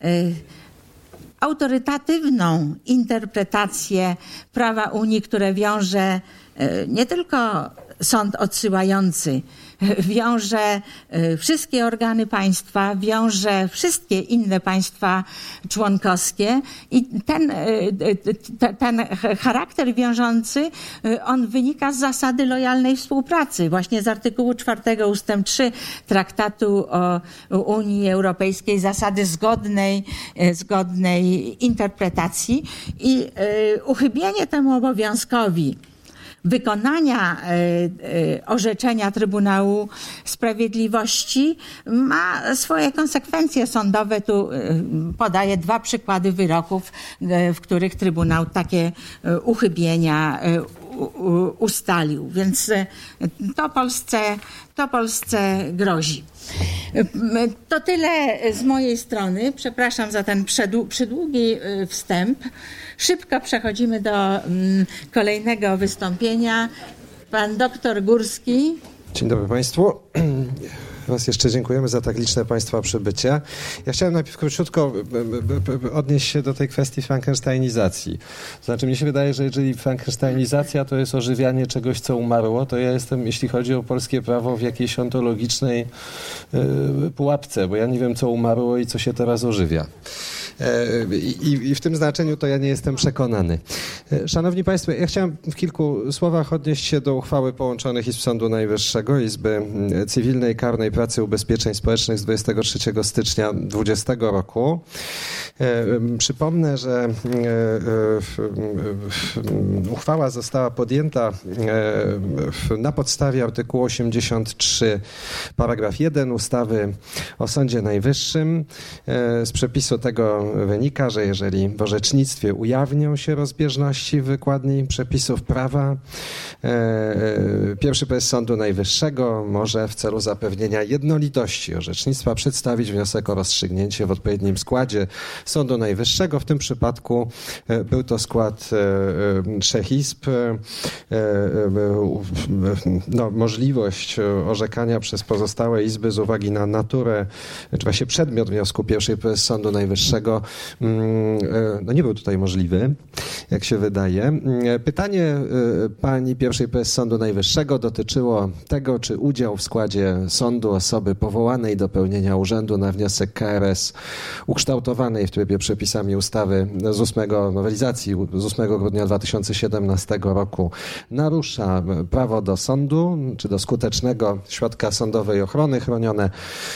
autorytatywną interpretację prawa Unii, które wiąże nie tylko sąd odsyłający, wiąże wszystkie organy państwa, wiąże wszystkie inne państwa członkowskie i ten charakter wiążący, on wynika z zasady lojalnej współpracy, właśnie z artykułu 4 ustęp 3 Traktatu o Unii Europejskiej, zasady zgodnej interpretacji i uchybienie temu obowiązkowi wykonania orzeczenia Trybunału Sprawiedliwości ma swoje konsekwencje sądowe. Tu podaję 2 przykłady wyroków, w których Trybunał takie uchybienia ustalił. Więc to Polsce grozi. To tyle z mojej strony. Przepraszam za ten przydługi wstęp. Szybko przechodzimy do kolejnego wystąpienia. Pan doktor Górski. Dzień dobry Państwu. Raz jeszcze dziękujemy za tak liczne Państwa przybycie. Ja chciałem najpierw króciutko odnieść się do tej kwestii frankensteinizacji. To znaczy, mnie się wydaje, że jeżeli frankensteinizacja to jest ożywianie czegoś, co umarło, to ja jestem, jeśli chodzi o polskie prawo, w jakiejś ontologicznej pułapce, bo ja nie wiem, co umarło i co się teraz ożywia. I w tym znaczeniu to ja nie jestem przekonany. Szanowni Państwo, ja chciałem w kilku słowach odnieść się do uchwały połączonych Izb Sądu Najwyższego, Izby Cywilnej, Karnej, Pracy, Ubezpieczeń Społecznych z 23 stycznia 2020 roku. Przypomnę, że uchwała została podjęta na podstawie artykułu 83 paragraf 1 ustawy o Sądzie Najwyższym. Z przepisu tego wynika, że jeżeli w orzecznictwie ujawnią się rozbieżności w wykładni przepisów prawa, pierwszy prezes Sądu Najwyższego może w celu zapewnienia jednolitości orzecznictwa przedstawić wniosek o rozstrzygnięcie w odpowiednim składzie Sądu Najwyższego. W tym przypadku był to skład 3 izb. Możliwość orzekania przez pozostałe izby z uwagi na naturę, czy właśnie przedmiot wniosku pierwszej prezes Sądu Najwyższego nie był tutaj możliwy, jak się wydaje. Pytanie pani pierwszej prezes Sądu Najwyższego dotyczyło tego, czy udział w składzie sądu osoby powołanej do pełnienia urzędu na wniosek KRS ukształtowanej w trybie przepisami ustawy nowelizacji z 8 grudnia 2017 roku narusza prawo do sądu, czy do skutecznego środka sądowej ochrony chronione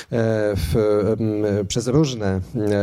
przez różne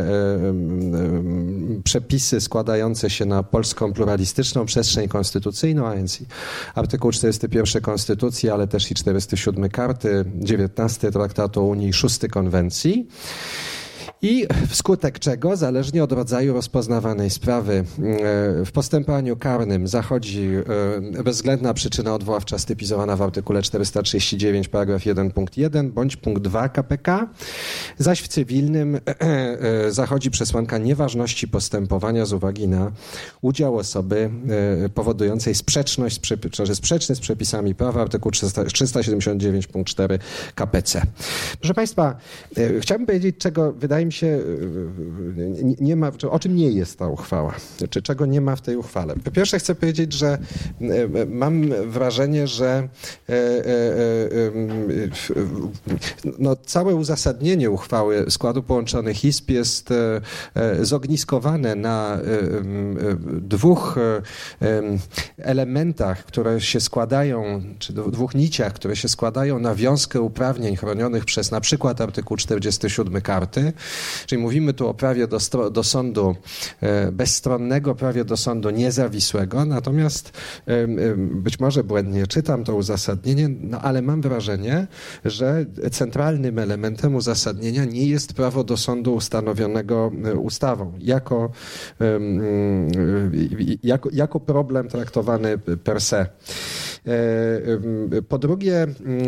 przepisy składające się na polską pluralistyczną przestrzeń konstytucyjną, a więc artykuł 41 Konstytucji, ale też i 47 Karty, 19 Traktatu o Unii i 6 Konwencji. I wskutek czego, zależnie od rodzaju rozpoznawanej sprawy, w postępowaniu karnym zachodzi bezwzględna przyczyna odwoławcza stypizowana w artykule 439 paragraf 1 punkt 1 bądź punkt 2 KPK, zaś w cywilnym zachodzi przesłanka nieważności postępowania z uwagi na udział osoby powodującej sprzeczność, sprzeczny z przepisami prawa, artykuł 379 punkt 4 KPC. Proszę Państwa, chciałbym powiedzieć, czego wydaje mi mi się, nie ma, o czym nie jest ta uchwała, czy czego nie ma w tej uchwale. Po pierwsze chcę powiedzieć, że mam wrażenie, że no, całe uzasadnienie uchwały składu połączonych izb jest zogniskowane na dwóch elementach, które się składają, czy dwóch niciach, które się składają na wiązkę uprawnień chronionych przez na przykład artykuł 47 Karty, czyli mówimy tu o prawie do sądu bezstronnego, prawie do sądu niezawisłego, natomiast być może błędnie czytam to uzasadnienie, no ale mam wrażenie, że centralnym elementem uzasadnienia nie jest prawo do sądu ustanowionego ustawą, jako problem traktowany per se. Po drugie,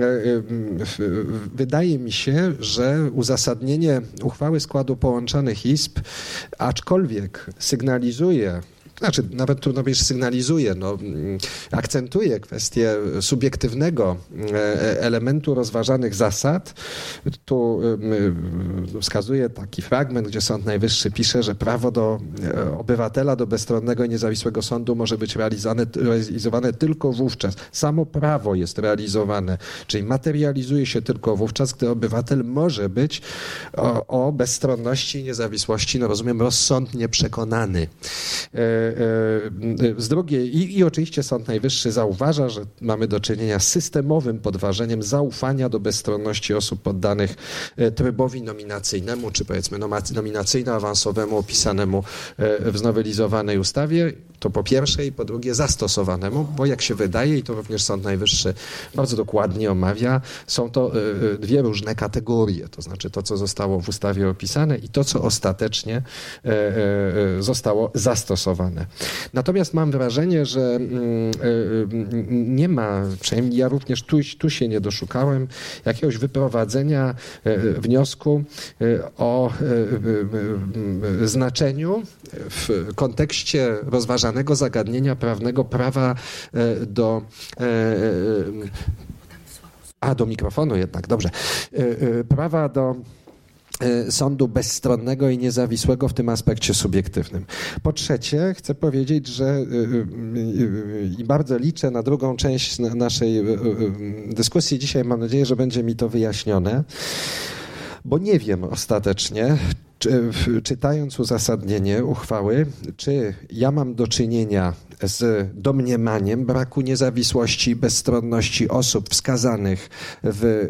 wydaje mi się, że uzasadnienie uchwały składu połączonych izb, aczkolwiek sygnalizuje, znaczy nawet trudno powiedzieć sygnalizuje, no, akcentuje kwestię subiektywnego elementu rozważanych zasad. Tu wskazuje taki fragment, gdzie Sąd Najwyższy pisze, że prawo do obywatela do bezstronnego i niezawisłego sądu może być realizowane tylko wówczas. Samo prawo jest realizowane, czyli materializuje się tylko wówczas, gdy obywatel może być o bezstronności i niezawisłości, no rozumiem, rozsądnie przekonany. Z drugiej, i oczywiście Sąd Najwyższy zauważa, że mamy do czynienia z systemowym podważeniem zaufania do bezstronności osób poddanych trybowi nominacyjnemu, czy powiedzmy nominacyjno-awansowemu opisanemu w znowelizowanej ustawie. To po pierwsze i po drugie zastosowanemu, bo jak się wydaje, i to również Sąd Najwyższy bardzo dokładnie omawia, są to dwie różne kategorie, to znaczy to, co zostało w ustawie opisane i to, co ostatecznie zostało zastosowane. Natomiast mam wrażenie, że nie ma, przynajmniej ja również tu się nie doszukałem, jakiegoś wyprowadzenia wniosku o znaczeniu w kontekście rozważanego zagadnienia prawnego prawa do mikrofonu jednak, dobrze. Prawa do sądu bezstronnego i niezawisłego w tym aspekcie subiektywnym. Po trzecie, chcę powiedzieć, że i bardzo liczę na drugą część naszej dyskusji dzisiaj. Mam nadzieję, że będzie mi to wyjaśnione, bo nie wiem ostatecznie, czytając uzasadnienie uchwały, czy ja mam do czynienia z domniemaniem braku niezawisłości i bezstronności osób wskazanych w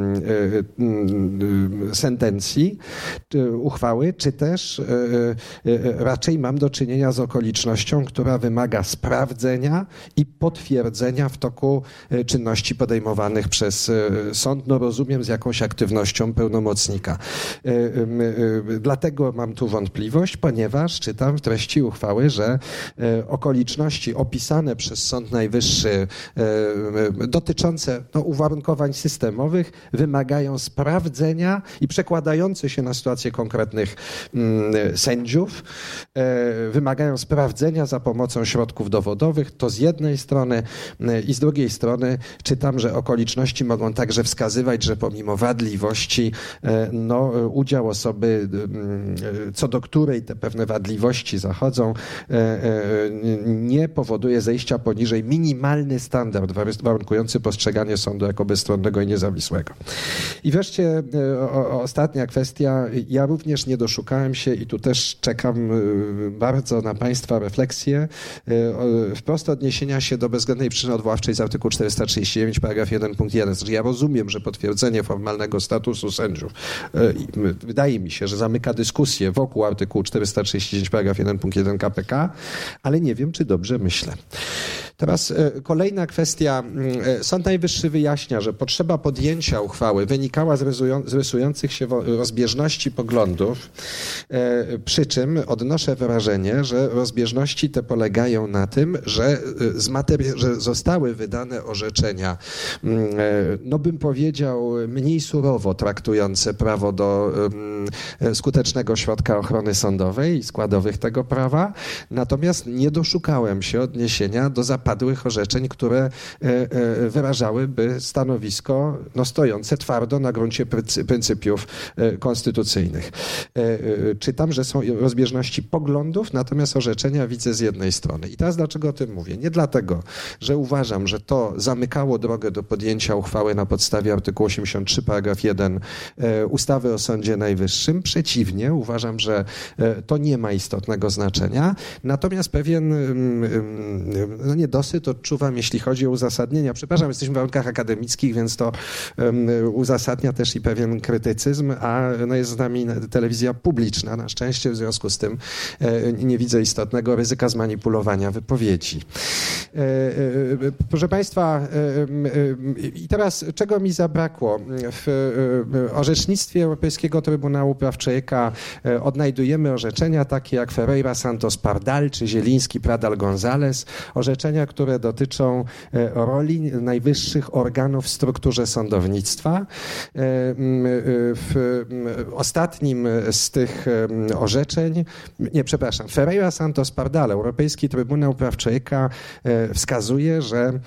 sentencji uchwały, czy też raczej mam do czynienia z okolicznością, która wymaga sprawdzenia i potwierdzenia w toku czynności podejmowanych przez sąd, no rozumiem, z jakąś aktywnością pełnomocnika. Dlatego mam tu wątpliwość, ponieważ czytam w treści uchwały, że okoliczności opisane przez Sąd Najwyższy dotyczące uwarunkowań systemowych wymagają sprawdzenia i przekładające się na sytuację konkretnych sędziów, wymagają sprawdzenia za pomocą środków dowodowych. To z jednej strony i z drugiej strony czytam, że okoliczności mogą także wskazywać, że pomimo wadliwości udział osoby, co do której te pewne wadliwości zachodzą, nie powoduje zejścia poniżej minimalny standard warunkujący postrzeganie sądu jako bezstronnego i niezawisłego. I wreszcie ostatnia kwestia. Ja również nie doszukałem się i tu też czekam bardzo na Państwa refleksję wprost odniesienia się do bezwzględnej przyczyny odwoławczej z artykułu 439 paragraf 1 punkt 1. Znaczy ja rozumiem, że potwierdzenie formalnego statusu sędziów wydaje mi się, że zamyka dyskusję wokół artykułu 439 paragraf 1 punkt 1 KPK, ale nie wiem, czy dobrze myślę. Teraz kolejna kwestia. Sąd Najwyższy wyjaśnia, że potrzeba podjęcia uchwały wynikała z rysujących się rozbieżności poglądów, przy czym odnoszę wrażenie, że rozbieżności te polegają na tym, że zostały wydane orzeczenia, bym powiedział, mniej surowo traktujące prawo do skutecznego środka ochrony sądowej i składowych tego prawa, natomiast nie doszukałem się odniesienia do zapadłych orzeczeń, które wyrażałyby stanowisko stojące twardo na gruncie pryncypiów konstytucyjnych. Czytam, że są rozbieżności poglądów, natomiast orzeczenia widzę z jednej strony. I teraz dlaczego o tym mówię? Nie dlatego, że uważam, że to zamykało drogę do podjęcia uchwały na podstawie artykułu 83 paragraf 1 ustawy o Sądzie Najwyższym. Przeciwnie, uważam, że to nie ma istotnego znaczenia. Natomiast pewien niedosyt odczuwam, jeśli chodzi o uzasadnienia. Przepraszam, jesteśmy w warunkach akademickich, więc to uzasadnia też i pewien krytycyzm, a jest z nami telewizja publiczna. Na szczęście w związku z tym nie widzę istotnego ryzyka zmanipulowania wypowiedzi. Proszę Państwa, i teraz czego mi zabrakło? W orzecznictwie Europejskiego Trybunału Praw Człowieka odnajdujemy orzeczenia takie jak Ferreira Santos Pardal czy Zieliński Pradal González, orzeczenia, które dotyczą roli najwyższych organów w strukturze sądownictwa. W ostatnim z tych orzeczeń, Ferreira Santos Pardal, Europejski Trybunał Praw Człowieka wskazuje, że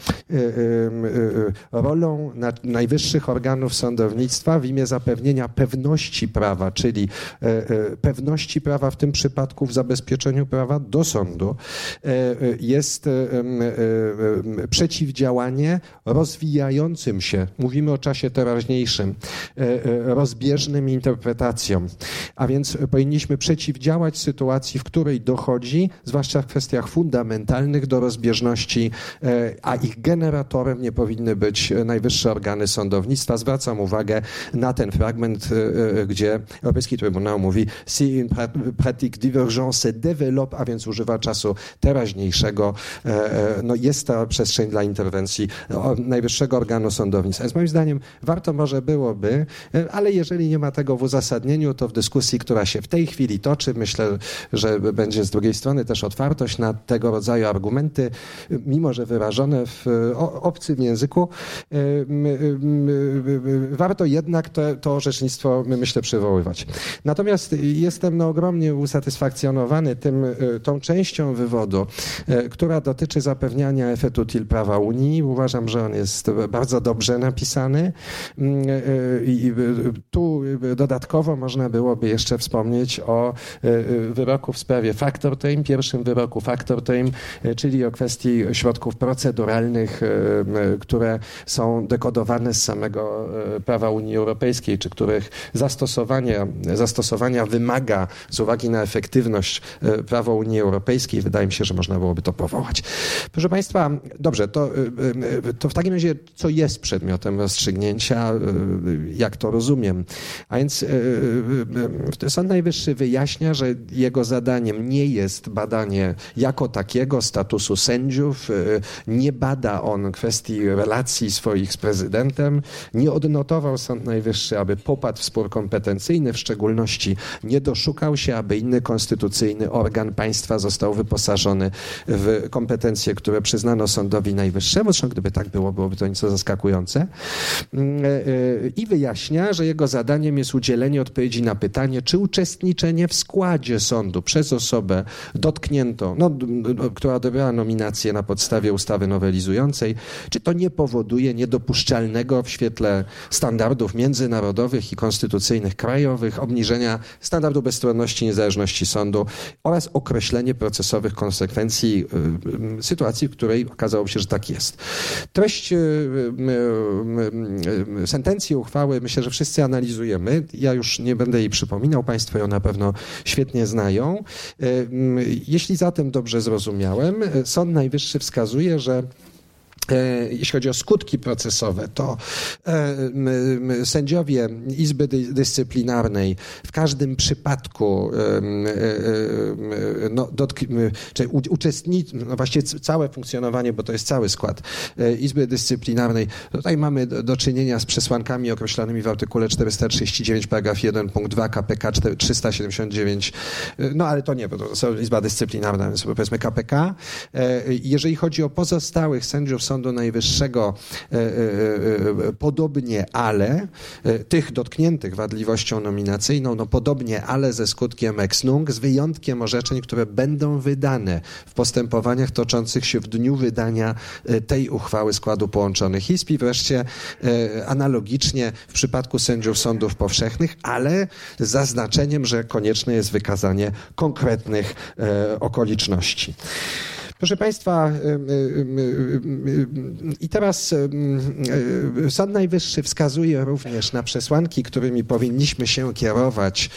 rolą najwyższych organów sądownictwa w imię zapewnienia pewności prawa, czyli pewności prawa w tym przypadku w zabezpieczeniu prawa do sądu, jest przeciwdziałanie rozwijającym się, mówimy o czasie teraźniejszym, rozbieżnym interpretacjom. A więc powinniśmy przeciwdziałać sytuacji, w której dochodzi, zwłaszcza w kwestiach fundamentalnych, do rozbieżności, a ich generatorem nie powinny być najwyższe organy sądownictwa. Zwracam uwagę na ten fragment, gdzie Europejski Trybunał mówi si une pratique divergente se développe, a więc używa czasu teraźniejszego. Jest ta przestrzeń dla interwencji najwyższego organu sądownictwa. Więc moim zdaniem warto może byłoby, ale jeżeli nie ma tego w uzasadnieniu, to w dyskusji, która się w tej chwili toczy, myślę, że będzie z drugiej strony też otwartość na tego rodzaju argumenty, mimo że wyrażone w obcym języku, warto jednak to orzecznictwo, myślę, przywoływać. Natomiast jestem ogromnie usatysfakcjonowany tą częścią wywodu, która dotyczy zapewniania effet utile prawa Unii. Uważam, że on jest bardzo dobrze napisany. I tu dodatkowo można byłoby jeszcze wspomnieć o wyroku w sprawie factor time, pierwszym wyroku factor time, czyli o kwestii środków proceduralnych, które są dekodowane z samego prawa Unii Europejskiej, czy których zastosowania wymaga z uwagi na efektywność prawa Unii Europejskiej. Wydaje mi się, że można byłoby to powołać. Proszę Państwa, dobrze, to w takim razie co jest przedmiotem rozstrzygnięcia, jak to rozumiem. A więc Sąd Najwyższy wyjaśnia, że jego zadaniem nie jest badanie jako takiego statusu sędziów, nie bada on kwestii relacji swoich z prezydentem, nie odnotował Sąd Najwyższy, aby popadł w spór kompetencyjny, w szczególności nie doszukał się, aby inny konstytucyjny organ państwa został wyposażony w kompetencje, które przyznano Sądowi Najwyższemu. Zresztą gdyby tak było, byłoby to nieco zaskakujące. I wyjaśnia, że jego zadaniem jest udzielenie odpowiedzi na pytanie, czy uczestniczenie w składzie sądu przez osobę dotkniętą, która odebrała nominację na podstawie ustawy nowelizującej, czy to nie powoduje niedopuszczalnego w świetle standardów międzynarodowych i konstytucyjnych krajowych obniżenia standardu bezstronności i niezależności sądu oraz określenie procesowych konsekwencji sytuacji, w której okazałoby się, że tak jest. Treść sentencji uchwały myślę, że wszyscy analizujemy. Ja już nie będę jej przypominał, Państwo ją na pewno świetnie znają. Jeśli zatem dobrze zrozumiałem, Sąd Najwyższy wskazuje, że jeśli chodzi o skutki procesowe, to sędziowie Izby Dyscyplinarnej w każdym przypadku właściwie całe funkcjonowanie, bo to jest cały skład Izby Dyscyplinarnej. Tutaj mamy do czynienia z przesłankami określonymi w artykule 439 paragraf 1 punkt 2 KPK 379, ale to nie, bo to jest Izba Dyscyplinarna, więc powiedzmy KPK. Jeżeli chodzi o pozostałych sędziów Sądu Sądu Najwyższego podobnie, ale tych dotkniętych wadliwością nominacyjną, no podobnie, ale ze skutkiem ex nunc, z wyjątkiem orzeczeń, które będą wydane w postępowaniach toczących się w dniu wydania tej uchwały składu połączonych izb i wreszcie analogicznie w przypadku sędziów sądów powszechnych, ale z zaznaczeniem, że konieczne jest wykazanie konkretnych okoliczności. Proszę Państwa, i teraz Sąd Najwyższy wskazuje również na przesłanki, którymi powinniśmy się kierować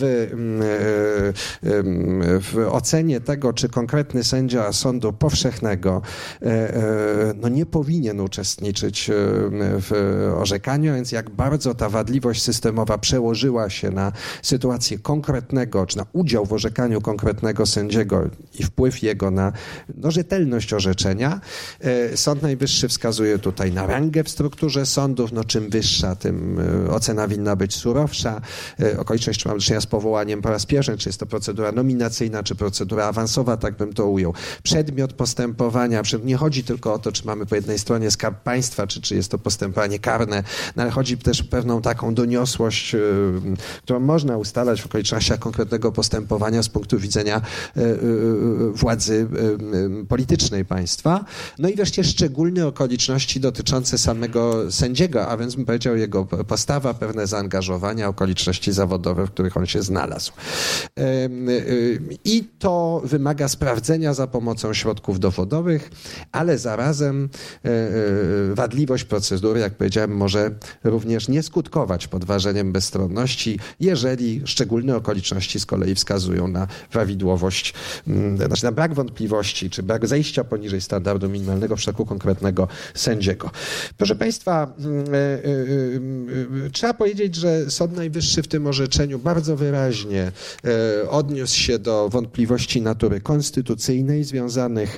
w ocenie tego, czy konkretny sędzia sądu powszechnego no nie powinien uczestniczyć w orzekaniu, więc jak bardzo ta wadliwość systemowa przełożyła się na sytuację konkretnego, czy na udział w orzekaniu konkretnego sędziego i wpływ jego na rzetelność orzeczenia. Sąd Najwyższy wskazuje tutaj na rangę w strukturze sądów. No, czym wyższa, tym ocena winna być surowsza. Okoliczność, czy mamy do czynienia z powołaniem po raz pierwszy, czy jest to procedura nominacyjna, czy procedura awansowa, tak bym to ujął. Przedmiot postępowania. Nie chodzi tylko o to, czy mamy po jednej stronie Skarb Państwa, czy jest to postępowanie karne, no, ale chodzi też o pewną taką doniosłość, którą można ustalać w okolicznościach konkretnego postępowania z punktu widzenia władzy politycznej państwa. No i wreszcie szczególne okoliczności dotyczące samego sędziego, a więc bym powiedział jego postawa, pewne zaangażowania, okoliczności zawodowe, w których on się znalazł. I to wymaga sprawdzenia za pomocą środków dowodowych, ale zarazem wadliwość procedury, jak powiedziałem, może również nie skutkować podważeniem bezstronności, jeżeli szczególne okoliczności z kolei wskazują na prawidłowość, znaczy na brak wątpliwości, czy brak zejścia poniżej standardu minimalnego w przypadku konkretnego sędziego. Proszę Państwa, trzeba powiedzieć, że Sąd Najwyższy w tym orzeczeniu bardzo wyraźnie odniósł się do wątpliwości natury konstytucyjnej związanych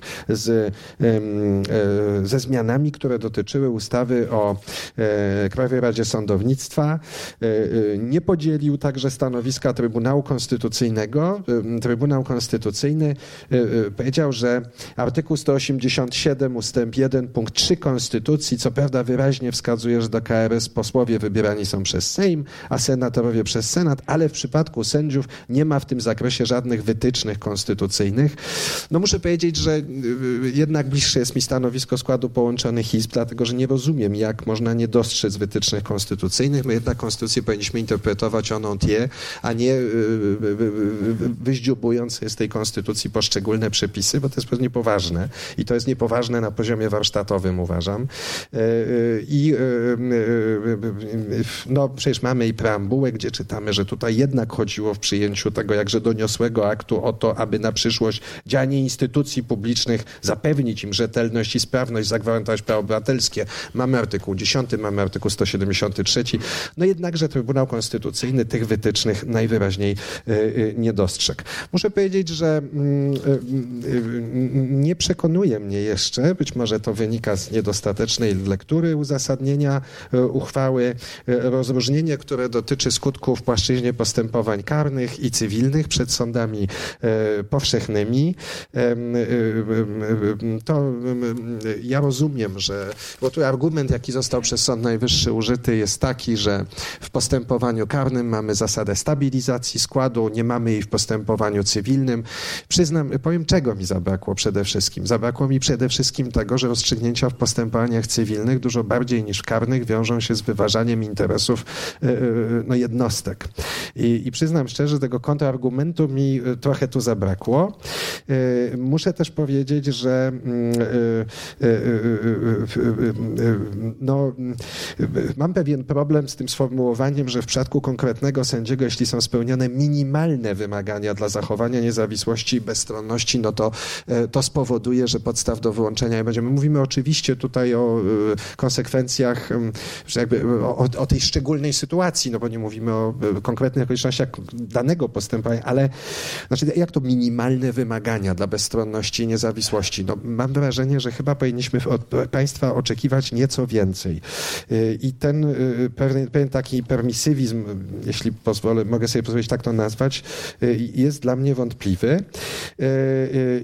ze zmianami, które dotyczyły ustawy o Krajowej Radzie Sądownictwa. Nie podzielił także stanowiska Trybunału Konstytucyjnego. Trybunał Konstytucyjny powiedział, że artykuł 187 ustęp 1 punkt 3 Konstytucji co prawda wyraźnie wskazuje, że do KRS posłowie wybierani są przez Sejm, a senatorowie przez Senat, ale w przypadku sędziów nie ma w tym zakresie żadnych wytycznych konstytucyjnych. No muszę powiedzieć, że jednak bliższe jest mi stanowisko składu połączonych izb, dlatego że nie rozumiem, jak można nie dostrzec wytycznych konstytucyjnych. My jednak konstytucję powinniśmy interpretować en entier, a nie wyździubując z tej konstytucji poszczególne przepisy, bo to jest niepoważne i to jest niepoważne na poziomie warsztatowym, uważam. I no przecież mamy i preambułę, gdzie czytamy, że tutaj jednak chodziło w przyjęciu tego jakże doniosłego aktu o to, aby na przyszłość działanie instytucji publicznych zapewnić im rzetelność i sprawność, zagwarantować prawa obywatelskie. Mamy artykuł 10, mamy artykuł 173. No jednakże Trybunał Konstytucyjny tych wytycznych najwyraźniej nie dostrzegł. Muszę powiedzieć, że nie przekonuje mnie jeszcze, być może to wynika z niedostatecznej lektury uzasadnienia uchwały, rozróżnienie, które dotyczy skutków w płaszczyźnie postępowań karnych i cywilnych przed sądami powszechnymi. To ja rozumiem, że, bo tu argument, jaki został przez Sąd Najwyższy użyty, jest taki, że w postępowaniu karnym mamy zasadę stabilizacji składu, nie mamy jej w postępowaniu cywilnym. Powiem, czego mi zabrakło przede wszystkim. Zabrakło mi przede wszystkim tego, że rozstrzygnięcia w postępowaniach cywilnych dużo bardziej niż karnych wiążą się z wyważaniem interesów jednostek. I przyznam szczerze, że tego kontrargumentu mi trochę tu zabrakło. Muszę też powiedzieć, że mam pewien problem z tym sformułowaniem, że w przypadku konkretnego sędziego, jeśli są spełnione minimalne wymagania dla zachowania niezawisłości i bezstronności, no to spowoduje, że podstaw do wyłączenia nie będzie. My mówimy oczywiście tutaj o konsekwencjach, że jakby o tej szczególnej sytuacji, no bo nie mówimy o konkretnych okolicznościach danego postępowania, ale znaczy jak to minimalne wymagania dla bezstronności i niezawisłości? No, mam wrażenie, że chyba powinniśmy od państwa oczekiwać nieco więcej. I ten pewien taki permisywizm, jeśli pozwolę, mogę sobie pozwolić tak to nazwać, jest dla mnie wątpliwy. I wreszcie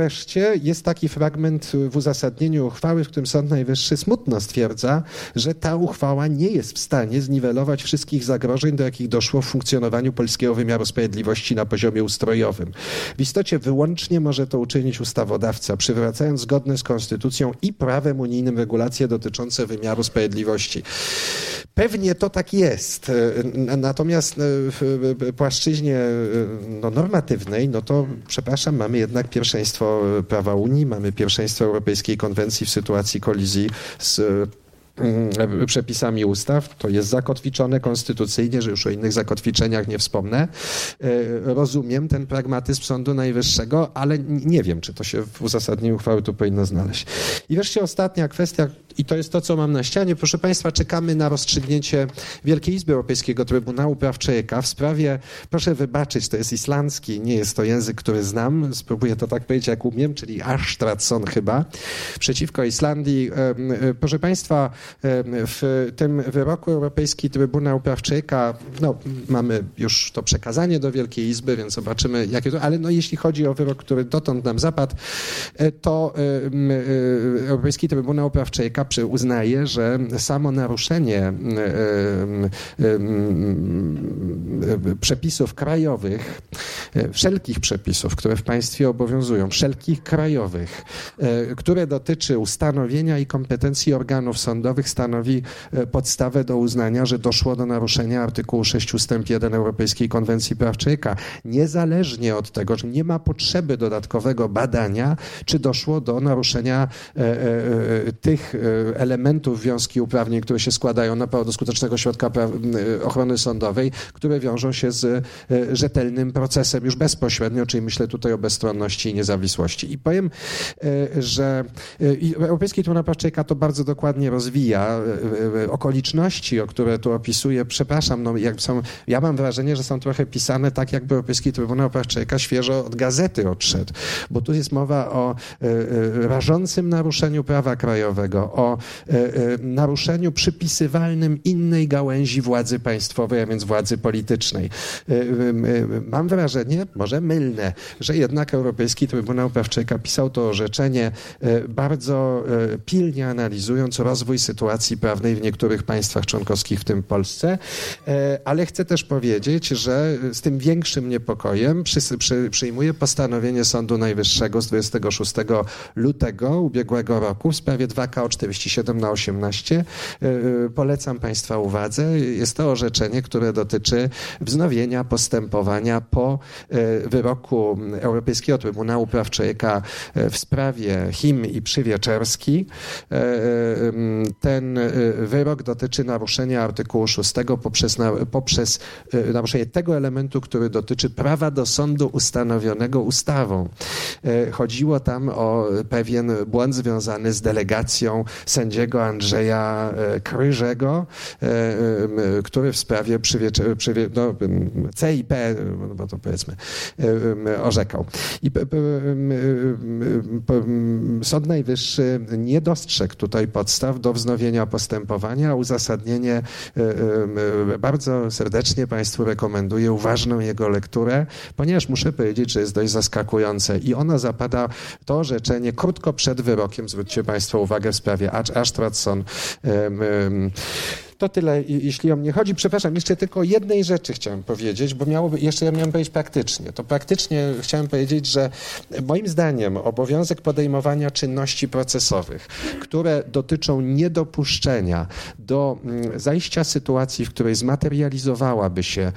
wreszcie jest taki fragment w uzasadnieniu uchwały, w którym Sąd Najwyższy smutno stwierdza, że ta uchwała nie jest w stanie zniwelować wszystkich zagrożeń, do jakich doszło w funkcjonowaniu polskiego wymiaru sprawiedliwości na poziomie ustrojowym. W istocie wyłącznie może to uczynić ustawodawca, przywracając zgodne z konstytucją i prawem unijnym regulacje dotyczące wymiaru sprawiedliwości. Pewnie to tak jest, natomiast w płaszczyźnie normatywnej, to przepraszam, mamy jednak pierwszeństwo prawa Unii, mamy pierwszeństwo Europejskiej Konwencji w sytuacji kolizji z przepisami ustaw. To jest zakotwiczone konstytucyjnie, że już o innych zakotwiczeniach nie wspomnę. Rozumiem ten pragmatyzm Sądu Najwyższego, ale nie wiem, czy to się w uzasadnieniu uchwały tu powinno znaleźć. I wreszcie ostatnia kwestia, i to jest to, co mam na ścianie. Proszę Państwa, czekamy na rozstrzygnięcie Wielkiej Izby Europejskiego Trybunału Praw Człowieka w sprawie, proszę wybaczyć, to jest islandzki, nie jest to język, który znam, spróbuję to tak powiedzieć, jak umiem, czyli Ashtradsson chyba, przeciwko Islandii. Proszę Państwa, w tym wyroku Europejski Trybunał Praw Człowieka, mamy już to przekazanie do Wielkiej Izby, więc zobaczymy, jakie to, ale jeśli chodzi o wyrok, który dotąd nam zapadł, to Europejski Trybunał Praw Człowieka uznaje, że samo naruszenie przepisów krajowych, wszelkich przepisów, które w państwie obowiązują, wszelkich krajowych, które dotyczy ustanowienia i kompetencji organów sądowych, stanowi podstawę do uznania, że doszło do naruszenia artykułu 6 ustęp 1 Europejskiej Konwencji Praw Człowieka. Niezależnie od tego, że nie ma potrzeby dodatkowego badania, czy doszło do naruszenia tych elementów wiązki uprawnień, które się składają na prawo do skutecznego środka ochrony sądowej, które wiążą się z rzetelnym procesem już bezpośrednio, czyli myślę tutaj o bezstronności i niezawisłości. I powiem, że Europejski Trybunał Praw Człowieka to bardzo dokładnie rozwija. Okoliczności, o które tu opisuję, przepraszam, ja mam wrażenie, że są trochę pisane tak, jakby Europejski Trybunał Praw Człowieka świeżo od gazety odszedł, bo tu jest mowa o rażącym naruszeniu prawa krajowego, o naruszeniu przypisywalnym innej gałęzi władzy państwowej, a więc władzy politycznej. Mam wrażenie, może mylne, że jednak Europejski Trybunał Praw Człowieka pisał to orzeczenie bardzo pilnie analizując rozwój sytuacji prawnej w niektórych państwach członkowskich, w tym Polsce, ale chcę też powiedzieć, że z tym większym niepokojem przyjmuję postanowienie Sądu Najwyższego z 26 lutego ubiegłego roku w sprawie 2K47/18. Polecam Państwa uwadze. Jest to orzeczenie, które dotyczy wznowienia postępowania po wyroku Europejskiego Trybunału Praw Człowieka w sprawie Him i Przywieczerski. Ten wyrok dotyczy naruszenia artykułu 6 poprzez naruszenie tego elementu, który dotyczy prawa do sądu ustanowionego ustawą. Chodziło tam o pewien błąd związany z delegacją sędziego Andrzeja Kryżego, który w sprawie CIP, bo to powiedzmy, orzekał. I Sąd Najwyższy nie dostrzegł tutaj podstaw do wznowienia postępowania. Uzasadnienie bardzo serdecznie Państwu rekomenduję uważną jego lekturę, ponieważ muszę powiedzieć, że jest dość zaskakujące i ono zapada, to orzeczenie, krótko przed wyrokiem, zwróćcie Państwo uwagę, w sprawie Ashtradsson. To tyle, jeśli o mnie chodzi. Przepraszam, jeszcze tylko jednej rzeczy chciałem powiedzieć, bo jeszcze ja miałem powiedzieć praktycznie. To praktycznie chciałem powiedzieć, że moim zdaniem obowiązek podejmowania czynności procesowych, które dotyczą niedopuszczenia do zajścia sytuacji, w której zmaterializowałaby się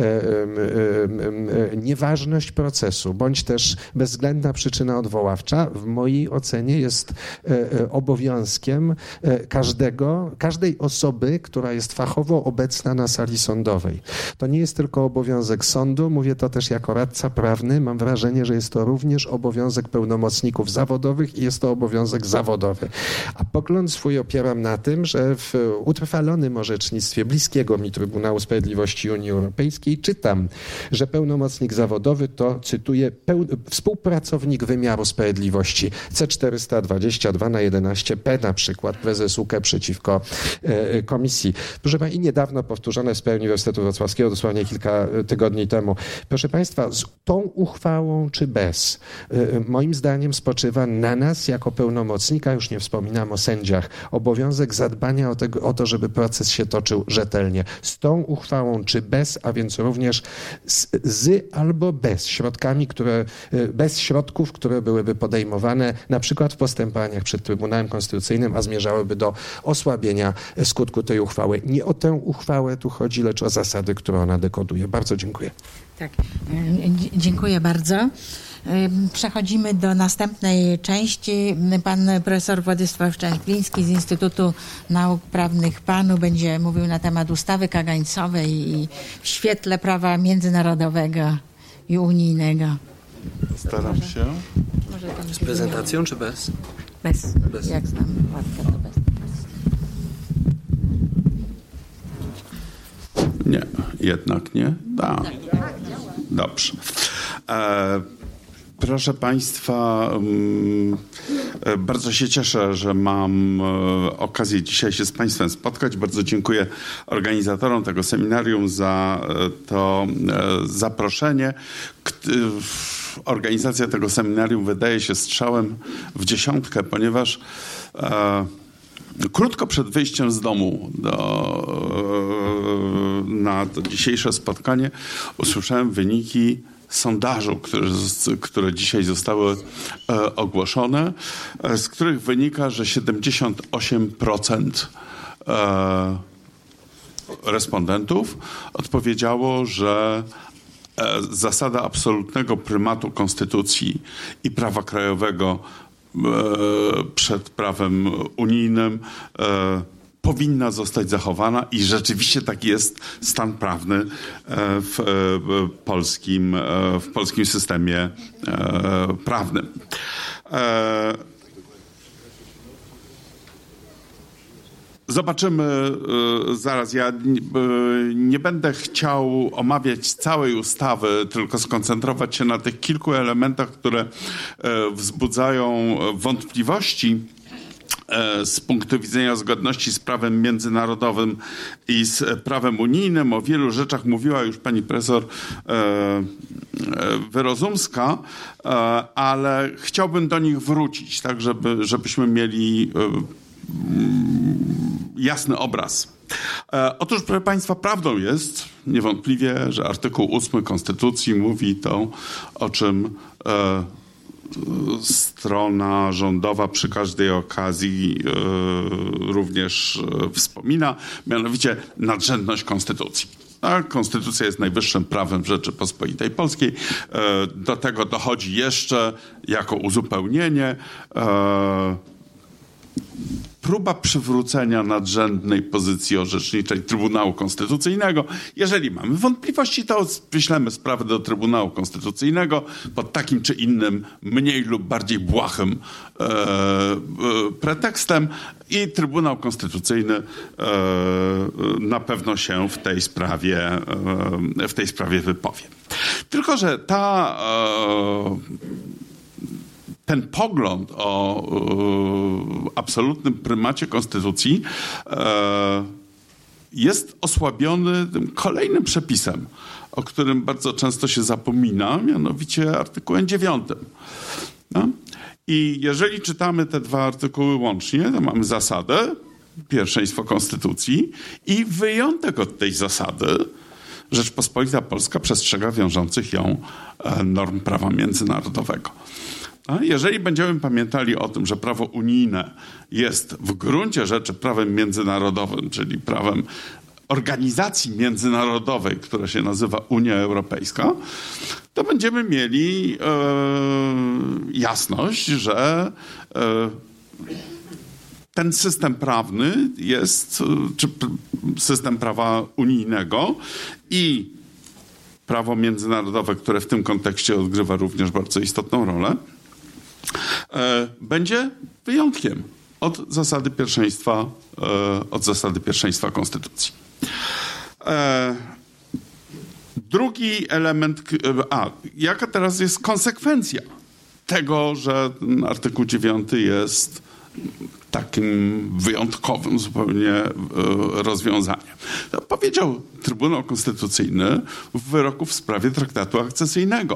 nieważność procesu, bądź też bezwzględna przyczyna odwoławcza, w mojej ocenie jest obowiązkiem każdej osoby, która jest fachowo obecna na sali sądowej. To nie jest tylko obowiązek sądu, mówię to też jako radca prawny. Mam wrażenie, że jest to również obowiązek pełnomocników zawodowych i jest to obowiązek zawodowy. A pogląd swój opieram na tym, że w utrwalonym orzecznictwie bliskiego mi Trybunału Sprawiedliwości Unii Europejskiej czytam, że pełnomocnik zawodowy to, cytuję, współpracownik wymiaru sprawiedliwości. C422/11P na przykład, prezes UKE przeciwko Komisji Konstytucji. Proszę Państwa, i niedawno powtórzone w sprawie Uniwersytetu Wrocławskiego, dosłownie kilka tygodni temu. Proszę Państwa, z tą uchwałą czy bez, moim zdaniem spoczywa na nas jako pełnomocnika, już nie wspominam o sędziach, obowiązek zadbania o to, żeby proces się toczył rzetelnie. Z tą uchwałą czy bez, a więc również z albo bez środkami, bez środków, które byłyby podejmowane na przykład w postępowaniach przed Trybunałem Konstytucyjnym, a zmierzałyby do osłabienia skutku tej uchwały. Nie o tę uchwałę tu chodzi, lecz o zasady, które ona dekoduje. Bardzo dziękuję. Tak, dziękuję bardzo. Przechodzimy do następnej części. Pan profesor Władysław Szczępliński z Instytutu Nauk Prawnych PAN-u będzie mówił na temat ustawy kagańcowej i w świetle prawa międzynarodowego i unijnego. Staram się. Z prezentacją czy bez? Bez. Jak znam ładkę, to bez. Nie, jednak nie. Tak. Dobrze. Proszę Państwa, bardzo się cieszę, że mam okazję dzisiaj się z Państwem spotkać. Bardzo dziękuję organizatorom tego seminarium za to zaproszenie. Organizacja tego seminarium wydaje się strzałem w dziesiątkę, ponieważ krótko przed wyjściem z domu na to dzisiejsze spotkanie usłyszałem wyniki sondażu, które dzisiaj zostały ogłoszone, z których wynika, że 78% respondentów odpowiedziało, że zasada absolutnego prymatu konstytucji i prawa krajowego przed prawem unijnym powinna zostać zachowana i rzeczywiście taki jest stan prawny w polskim systemie prawnym. Zobaczymy zaraz. Ja nie będę chciał omawiać całej ustawy, tylko skoncentrować się na tych kilku elementach, które wzbudzają wątpliwości z punktu widzenia zgodności z prawem międzynarodowym i z prawem unijnym. O wielu rzeczach mówiła już pani profesor Wyrozumska, ale chciałbym do nich wrócić, tak żebyśmy mieli jasny obraz. Otóż, proszę Państwa, prawdą jest niewątpliwie, że artykuł 8 Konstytucji mówi to, o czym strona rządowa przy każdej okazji również wspomina, mianowicie nadrzędność Konstytucji. A Konstytucja jest najwyższym prawem Rzeczypospolitej Polskiej. Do tego dochodzi jeszcze jako uzupełnienie próba przywrócenia nadrzędnej pozycji orzeczniczej Trybunału Konstytucyjnego. Jeżeli mamy wątpliwości, to wyślemy sprawę do Trybunału Konstytucyjnego pod takim czy innym, mniej lub bardziej błahym pretekstem i Trybunał Konstytucyjny na pewno się w tej sprawie wypowie. Tylko że ten pogląd o absolutnym prymacie Konstytucji jest osłabiony tym kolejnym przepisem, o którym bardzo często się zapomina, mianowicie artykułem 9. No? I jeżeli czytamy te dwa artykuły łącznie, to mamy zasadę, pierwszeństwo Konstytucji i wyjątek od tej zasady Rzeczpospolita Polska przestrzega wiążących ją norm prawa międzynarodowego. A jeżeli będziemy pamiętali o tym, że prawo unijne jest w gruncie rzeczy prawem międzynarodowym, czyli prawem organizacji międzynarodowej, która się nazywa Unia Europejska, to będziemy mieli jasność, że ten system prawny jest, czy system prawa unijnego i prawo międzynarodowe, które w tym kontekście odgrywa również bardzo istotną rolę, będzie wyjątkiem od zasady pierwszeństwa Konstytucji. Drugi element, jaka teraz jest konsekwencja tego, że artykuł 9 jest takim wyjątkowym zupełnie rozwiązaniem. To powiedział Trybunał Konstytucyjny w wyroku w sprawie traktatu akcesyjnego.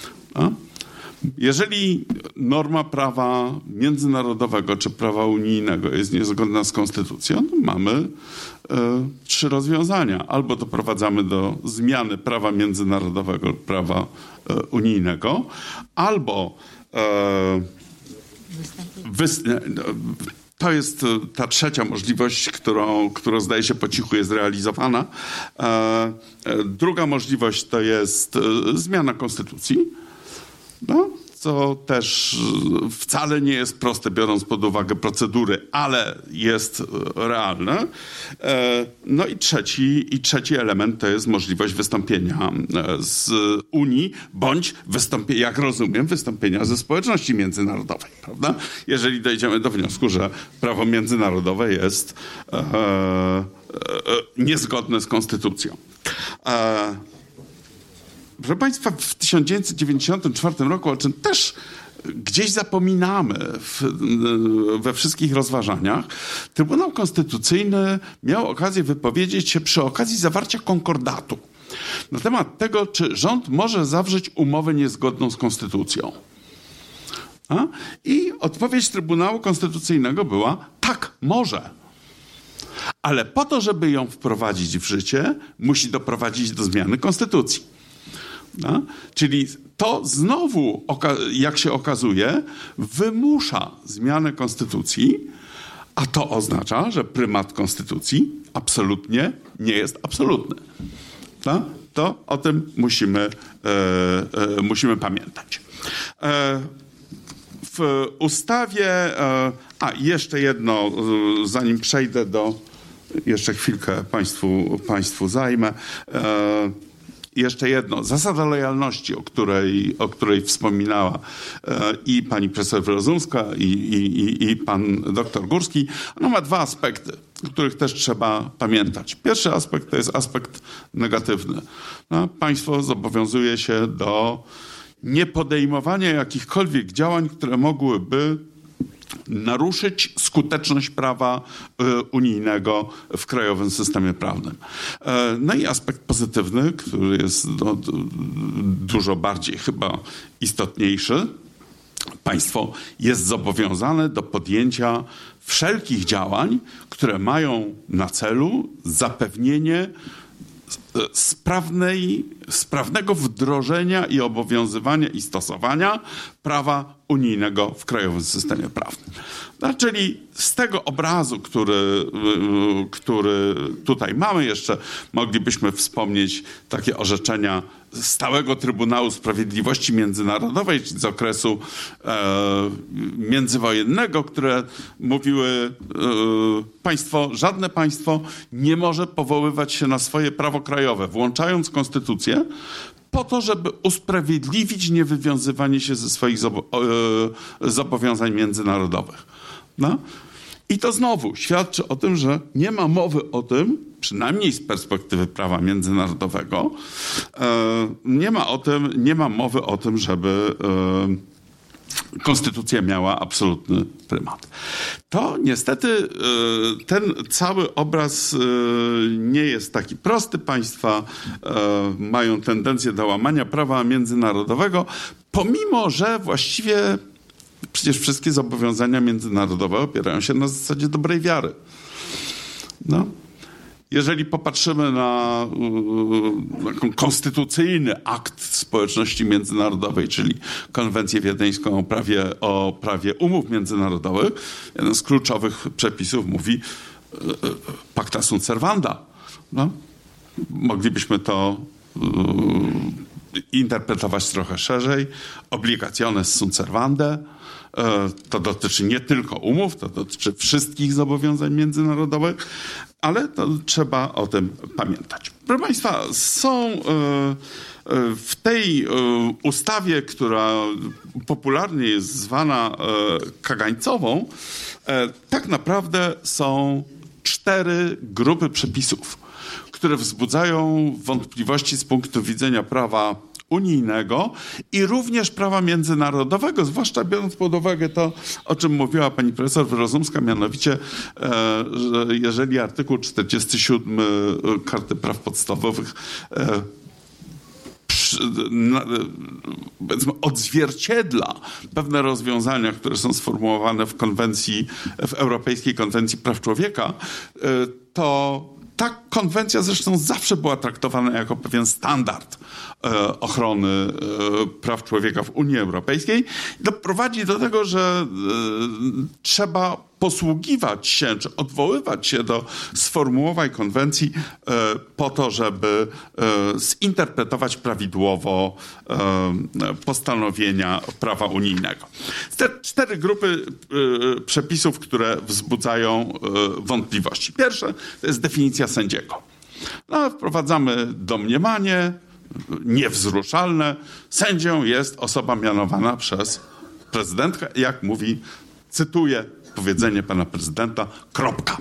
Jeżeli norma prawa międzynarodowego czy prawa unijnego jest niezgodna z konstytucją, to mamy 3 rozwiązania. Albo doprowadzamy do zmiany prawa międzynarodowego lub prawa unijnego, albo to jest ta trzecia możliwość, która zdaje się po cichu jest realizowana. Druga możliwość to jest zmiana konstytucji. No, co też wcale nie jest proste, biorąc pod uwagę procedury, ale jest realne. No i trzeci element to jest możliwość wystąpienia z Unii, bądź jak rozumiem, wystąpienia ze społeczności międzynarodowej, prawda? Jeżeli dojdziemy do wniosku, że prawo międzynarodowe jest niezgodne z konstytucją. Proszę Państwa, w 1994 roku, o czym też gdzieś zapominamy we wszystkich rozważaniach, Trybunał Konstytucyjny miał okazję wypowiedzieć się przy okazji zawarcia konkordatu na temat tego, czy rząd może zawrzeć umowę niezgodną z konstytucją. I odpowiedź Trybunału Konstytucyjnego była: tak, może. Ale po to, żeby ją wprowadzić w życie, musi doprowadzić do zmiany konstytucji. Czyli to znowu, jak się okazuje, wymusza zmianę konstytucji, a to oznacza, że prymat konstytucji absolutnie nie jest absolutny. To o tym musimy pamiętać. W ustawie... jeszcze jedno, zanim przejdę do... Jeszcze chwilkę Państwu zajmę. Jeszcze jedno. Zasada lojalności, o której wspominała i pani profesor Wrozumska, i pan doktor Górski. Ona ma 2 aspekty, o których też trzeba pamiętać. Pierwszy aspekt to jest aspekt negatywny. Państwo zobowiązuje się do niepodejmowania jakichkolwiek działań, które mogłyby naruszyć skuteczność prawa unijnego w krajowym systemie prawnym. No i aspekt pozytywny, który jest dużo bardziej chyba istotniejszy. Państwo jest zobowiązane do podjęcia wszelkich działań, które mają na celu zapewnienie sprawnego wdrożenia i obowiązywania i stosowania prawa unijnego w krajowym systemie prawnym. Czyli z tego obrazu, który tutaj mamy, jeszcze moglibyśmy wspomnieć takie orzeczenia Stałego Trybunału Sprawiedliwości Międzynarodowej, czyli z okresu międzywojennego, które mówiły, żadne państwo nie może powoływać się na swoje prawo krajowe, włączając konstytucję, po to, żeby usprawiedliwić niewywiązywanie się ze swoich zobowiązań międzynarodowych. I to znowu świadczy o tym, że nie ma mowy o tym, przynajmniej z perspektywy prawa międzynarodowego, nie ma mowy o tym, żeby konstytucja miała absolutny prymat. To niestety ten cały obraz nie jest taki prosty. Państwa mają tendencję do łamania prawa międzynarodowego, pomimo że właściwie przecież wszystkie zobowiązania międzynarodowe opierają się na zasadzie dobrej wiary. Jeżeli popatrzymy na konstytucyjny akt społeczności międzynarodowej, czyli konwencję wiedeńską o prawie umów międzynarodowych, jeden z kluczowych przepisów mówi pacta sunt servanda. Moglibyśmy to interpretować trochę szerzej. Obligationes sunt servanda. To dotyczy nie tylko umów, to dotyczy wszystkich zobowiązań międzynarodowych, ale to trzeba o tym pamiętać. Proszę Państwa, są w tej ustawie, która popularnie jest zwana kagańcową, tak naprawdę są 4 grupy przepisów, które wzbudzają wątpliwości z punktu widzenia prawa unijnego i również prawa międzynarodowego, zwłaszcza biorąc pod uwagę to, o czym mówiła pani profesor Wyrozumska, mianowicie, że jeżeli artykuł 47 Karty Praw Podstawowych odzwierciedla pewne rozwiązania, które są sformułowane w Europejskiej Konwencji Praw Człowieka, to ta konwencja zresztą zawsze była traktowana jako pewien standard ochrony praw człowieka w Unii Europejskiej. I to prowadzi do tego, że trzeba posługiwać się, czy odwoływać się do sformułowań konwencji po to, żeby zinterpretować prawidłowo postanowienia prawa unijnego. Te 4 grupy przepisów, które wzbudzają wątpliwości. Pierwsze to jest definicja sędziego. Wprowadzamy domniemanie niewzruszalne. Sędzią jest osoba mianowana przez prezydenta, jak mówi, cytuję powiedzenie pana prezydenta, kropka.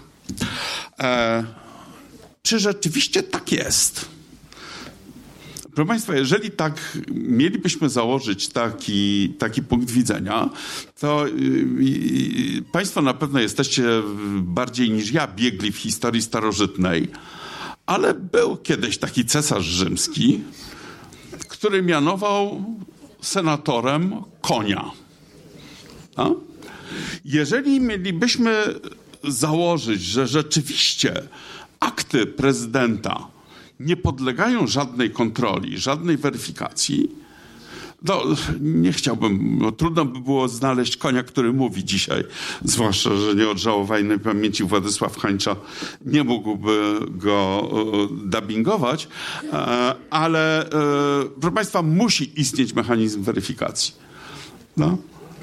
Czy rzeczywiście tak jest? Proszę państwa, jeżeli tak mielibyśmy założyć taki punkt widzenia, to państwo na pewno jesteście bardziej niż ja biegli w historii starożytnej, ale był kiedyś taki cesarz rzymski, który mianował senatorem konia. A? Jeżeli mielibyśmy założyć, że rzeczywiście akty prezydenta nie podlegają żadnej kontroli, żadnej weryfikacji, no nie chciałbym, bo trudno by było znaleźć konia, który mówi dzisiaj, zwłaszcza, że nieodżałowajnej pamięci Władysław Hańcza nie mógłby go dubbingować, ale proszę państwa, musi istnieć mechanizm weryfikacji. No.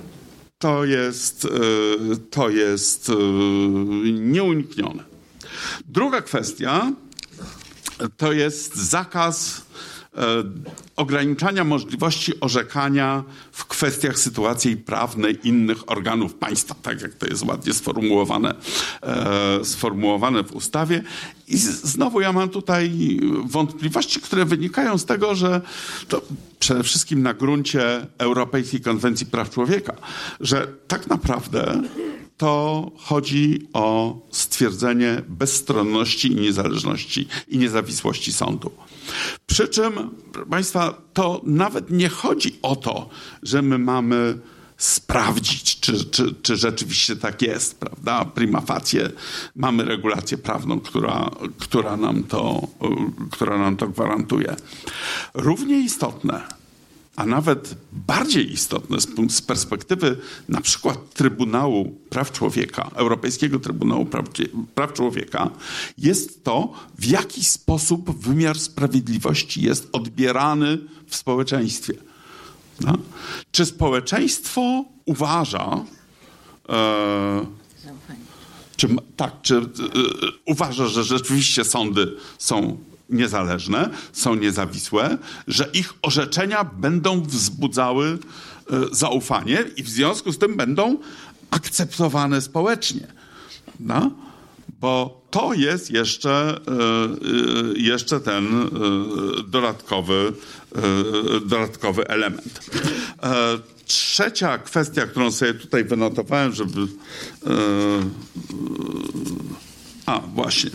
To jest nieuniknione. Druga kwestia to jest zakaz ograniczania możliwości orzekania w kwestiach sytuacji prawnej innych organów państwa, tak jak to jest ładnie sformułowane w ustawie. I znowu ja mam tutaj wątpliwości, które wynikają z tego, że to przede wszystkim na gruncie Europejskiej Konwencji Praw Człowieka, że tak naprawdę to chodzi o stwierdzenie bezstronności i niezależności i niezawisłości sądu. Przy czym, proszę państwa, to nawet nie chodzi o to, że my mamy sprawdzić, czy rzeczywiście tak jest, prawda? Prima facie mamy regulację prawną, która nam to gwarantuje. Równie istotne, a nawet bardziej istotne z perspektywy na przykład Trybunału Praw Człowieka, Europejskiego Trybunału Praw Człowieka, jest to, w jaki sposób wymiar sprawiedliwości jest odbierany w społeczeństwie. No? Czy społeczeństwo uważa, uważa, że rzeczywiście sądy są niezależne, są niezawisłe, że ich orzeczenia będą wzbudzały zaufanie i w związku z tym będą akceptowane społecznie. No? Bo to jest jeszcze ten dodatkowy element. Trzecia kwestia, którą sobie tutaj wynotowałem, żeby... właśnie.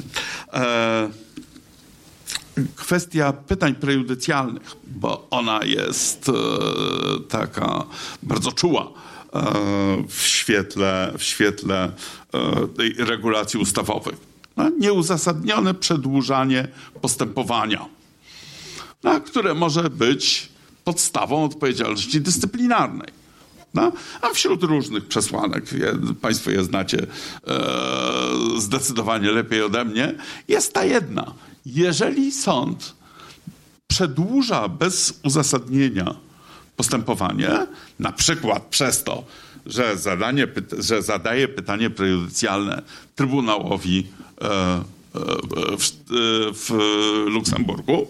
Kwestia pytań prejudycjalnych, bo ona jest taka bardzo czuła w świetle tej regulacji ustawowych. No, nieuzasadnione przedłużanie postępowania, które może być podstawą odpowiedzialności dyscyplinarnej. No, a wśród różnych przesłanek, państwo je znacie zdecydowanie lepiej ode mnie, jest ta jedna. Jeżeli sąd przedłuża bez uzasadnienia postępowanie, na przykład przez to, że zadaje pytanie prejudycjalne Trybunałowi w Luksemburgu.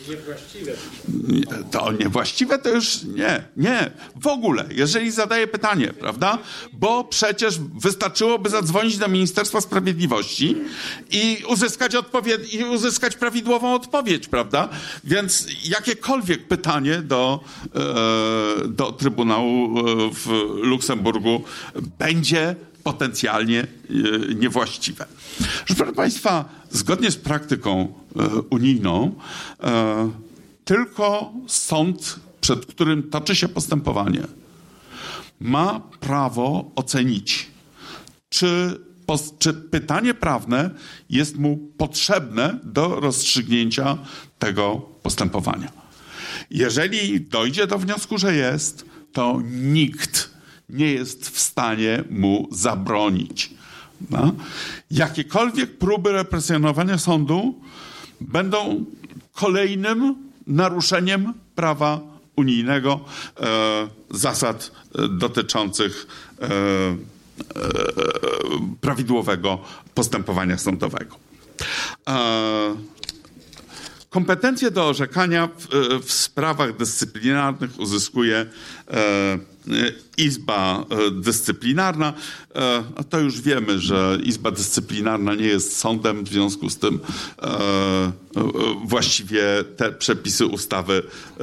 To niewłaściwe to już nie. W ogóle, jeżeli zadaje pytanie, prawda? Bo przecież wystarczyłoby zadzwonić do Ministerstwa Sprawiedliwości i uzyskać prawidłową odpowiedź, prawda? Więc jakiekolwiek pytanie do Trybunału w Luksemburgu będzie potencjalnie niewłaściwe. Proszę Państwa, zgodnie z praktyką unijną, tylko sąd, przed którym toczy się postępowanie, ma prawo ocenić, czy pytanie prawne jest mu potrzebne do rozstrzygnięcia tego postępowania. Jeżeli dojdzie do wniosku, że jest, to nikt nie jest w stanie mu zabronić. No? Jakiekolwiek próby represjonowania sądu będą kolejnym naruszeniem prawa unijnego, zasad dotyczących prawidłowego postępowania sądowego. Kompetencje do orzekania w sprawach dyscyplinarnych uzyskuje Izba Dyscyplinarna. To już wiemy, że Izba Dyscyplinarna nie jest sądem, w związku z tym właściwie te przepisy ustawy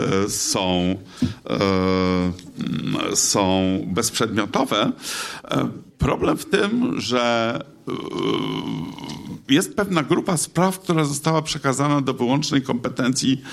są bezprzedmiotowe. Problem w tym, że jest pewna grupa spraw, która została przekazana do wyłącznej kompetencji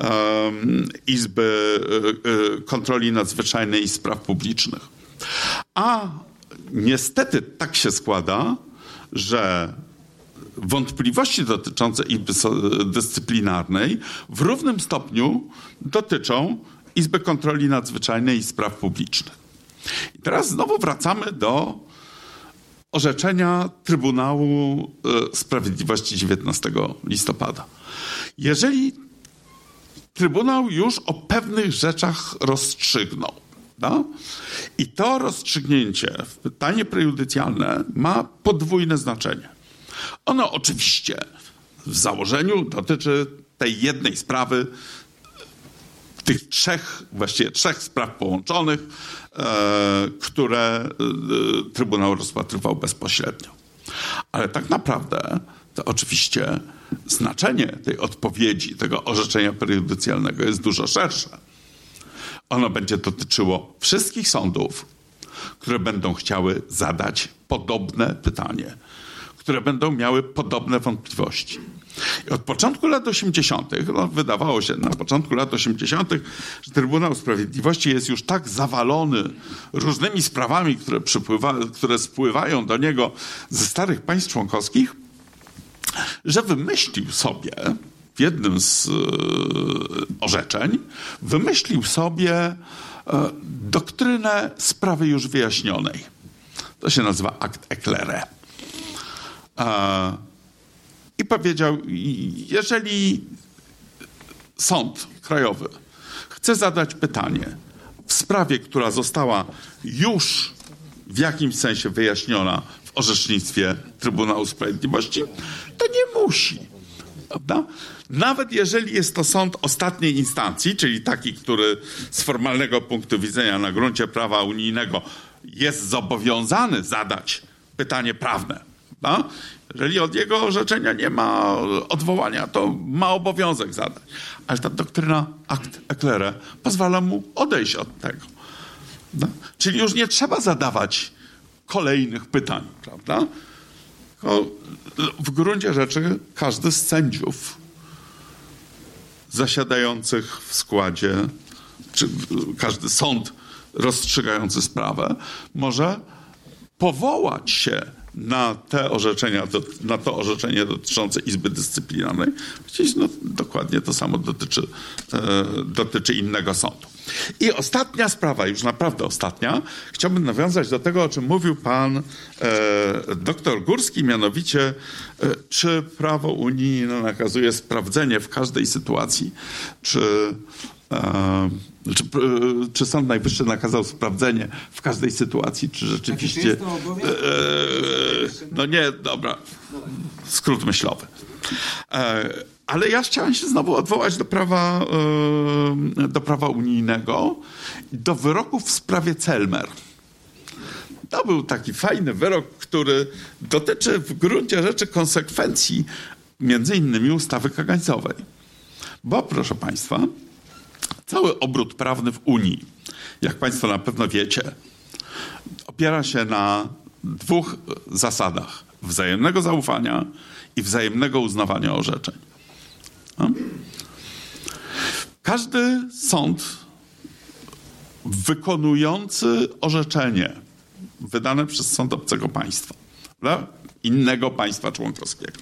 Izby Kontroli Nadzwyczajnej i Spraw Publicznych. A niestety tak się składa, że wątpliwości dotyczące Izby Dyscyplinarnej w równym stopniu dotyczą Izby Kontroli Nadzwyczajnej i Spraw Publicznych. I teraz znowu wracamy do orzeczenia Trybunału Sprawiedliwości 19 listopada. Jeżeli Trybunał już o pewnych rzeczach rozstrzygnął, no? I to rozstrzygnięcie w pytanie prejudycjalne ma podwójne znaczenie. Ono oczywiście w założeniu dotyczy tej jednej sprawy, tych właściwie trzech spraw połączonych, które Trybunał rozpatrywał bezpośrednio. Ale tak naprawdę to oczywiście znaczenie tej odpowiedzi, tego orzeczenia prejudycjalnego jest dużo szersze. Ono będzie dotyczyło wszystkich sądów, które będą chciały zadać podobne pytanie, które będą miały podobne wątpliwości. I od początku lat 80., wydawało się na początku lat 80., że Trybunał Sprawiedliwości jest już tak zawalony różnymi sprawami, które spływają do niego ze starych państw członkowskich, że wymyślił sobie w jednym z orzeczeń, doktrynę sprawy już wyjaśnionej. To się nazywa akt Eclairé. I powiedział, jeżeli sąd krajowy chce zadać pytanie w sprawie, która została już w jakimś sensie wyjaśniona w orzecznictwie Trybunału Sprawiedliwości, to nie musi. Prawda? Nawet jeżeli jest to sąd ostatniej instancji, czyli taki, który z formalnego punktu widzenia na gruncie prawa unijnego jest zobowiązany zadać pytanie prawne. Prawda? Jeżeli od jego orzeczenia nie ma odwołania, to ma obowiązek zadać. Ale ta doktryna akt Eclairé pozwala mu odejść od tego. Prawda? Czyli już nie trzeba zadawać kolejnych pytań, prawda? Tylko w gruncie rzeczy każdy z sędziów zasiadających w składzie, czy każdy sąd rozstrzygający sprawę może powołać się na to orzeczenie dotyczące Izby Dyscyplinarnej. Dokładnie to samo dotyczy innego sądu. I ostatnia sprawa, już naprawdę ostatnia, chciałbym nawiązać do tego, o czym mówił pan doktor Górski, mianowicie czy prawo unijne nakazuje sprawdzenie w każdej sytuacji, czy Sąd Najwyższy nakazał sprawdzenie w każdej sytuacji, czy rzeczywiście... Jest to obowiązek? No nie, dobra. skrót myślowy. Ale ja chciałem się znowu odwołać do prawa unijnego, do wyroku w sprawie Celmer. To był taki fajny wyrok, który dotyczy w gruncie rzeczy konsekwencji między innymi ustawy kagańcowej. Bo, proszę państwa, cały obrót prawny w Unii, jak państwo na pewno wiecie, opiera się na 2 zasadach: wzajemnego zaufania i wzajemnego uznawania orzeczeń. No? Każdy sąd wykonujący orzeczenie wydane przez sąd obcego państwa, prawda? Innego państwa członkowskiego,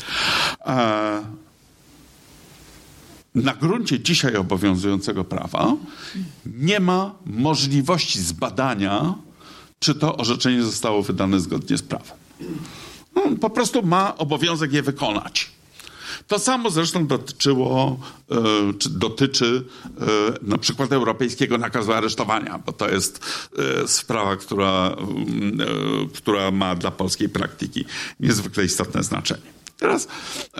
na gruncie dzisiaj obowiązującego prawa nie ma możliwości zbadania, czy to orzeczenie zostało wydane zgodnie z prawem. No, po prostu ma obowiązek je wykonać. To samo zresztą dotyczy na przykład europejskiego nakazu aresztowania, bo to jest sprawa, która ma dla polskiej praktyki niezwykle istotne znaczenie. Teraz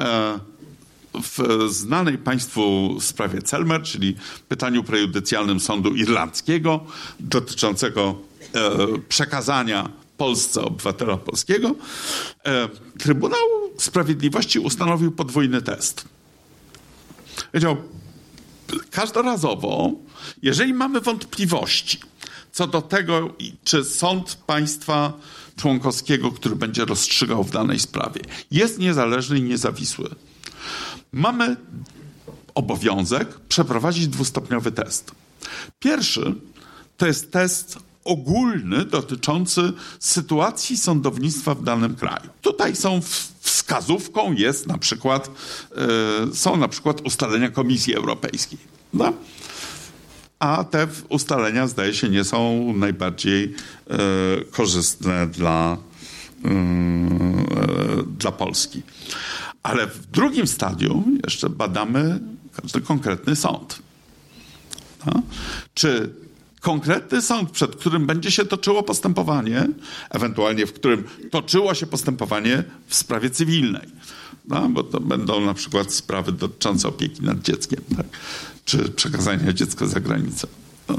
w znanej państwu sprawie Celmer, czyli pytaniu prejudycjalnym sądu irlandzkiego dotyczącego przekazania Polsce obywatela polskiego, Trybunał Sprawiedliwości ustanowił podwójny test. Powiedział, każdorazowo, jeżeli mamy wątpliwości co do tego, czy sąd państwa członkowskiego, który będzie rozstrzygał w danej sprawie, jest niezależny i niezawisły, mamy obowiązek przeprowadzić 2-stopniowy test. Pierwszy to jest test ogólny dotyczący sytuacji sądownictwa w danym kraju. Tutaj wskazówką są na przykład ustalenia Komisji Europejskiej. No? A te ustalenia, zdaje się, nie są najbardziej korzystne dla Polski. Ale w drugim stadium jeszcze badamy każdy konkretny sąd. No? Czy konkretny sąd, przed którym będzie się toczyło postępowanie, ewentualnie w którym toczyło się postępowanie w sprawie cywilnej, no, bo to będą na przykład sprawy dotyczące opieki nad dzieckiem, tak? Czy przekazania dziecka za granicę. No.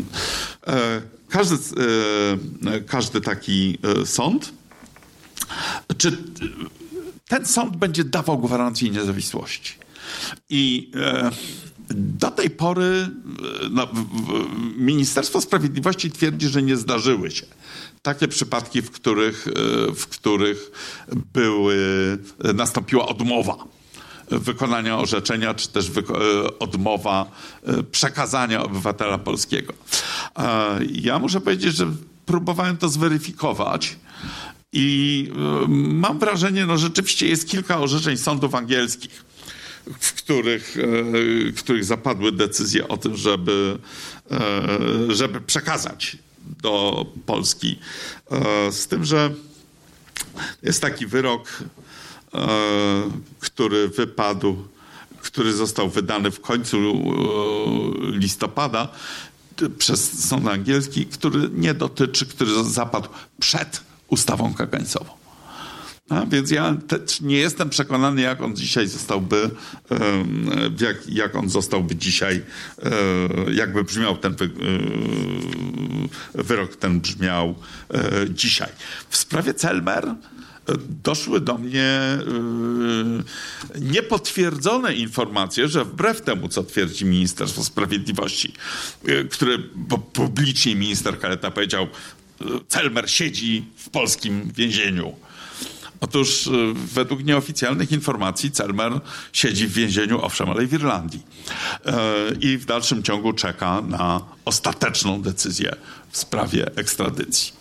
Każdy taki sąd, czy ten sąd będzie dawał gwarancję niezawisłości. I do tej pory Ministerstwo Sprawiedliwości twierdzi, że nie zdarzyły się takie przypadki, w których nastąpiła odmowa wykonania orzeczenia, czy też odmowa przekazania obywatela polskiego. Ja muszę powiedzieć, że próbowałem to zweryfikować i mam wrażenie, rzeczywiście jest kilka orzeczeń sądów angielskich, w których zapadły decyzje o tym, żeby przekazać do Polski. Z tym, że jest taki wyrok, który został wydany w końcu listopada przez sąd angielski, który zapadł przed ustawą kagańcową. Więc ja też nie jestem przekonany, jak on dzisiaj zostałby, dzisiaj, jakby brzmiał ten wyrok, ten brzmiał dzisiaj. W sprawie Celmer doszły do mnie niepotwierdzone informacje, że wbrew temu, co twierdzi Ministerstwo Sprawiedliwości, bo publicznie minister Kaleta powiedział, Celmer siedzi w polskim więzieniu. Otóż według nieoficjalnych informacji Celmer siedzi w więzieniu, owszem, ale i w Irlandii. I w dalszym ciągu czeka na ostateczną decyzję w sprawie ekstradycji.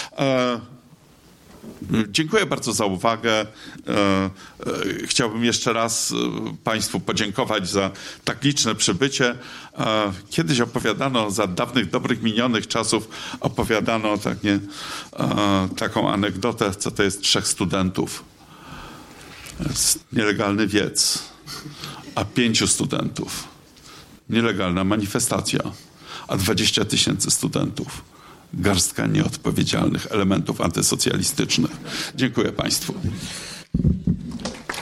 Dziękuję bardzo za uwagę. Chciałbym jeszcze raz Państwu podziękować za tak liczne przybycie. Kiedyś opowiadano, za dawnych, dobrych, minionych czasów opowiadano taką anegdotę, co to jest 3 studentów. Nielegalny wiec, a 5 studentów. Nielegalna manifestacja, a 20 000 studentów. Garstka nieodpowiedzialnych elementów antysocjalistycznych. Dziękuję Państwu.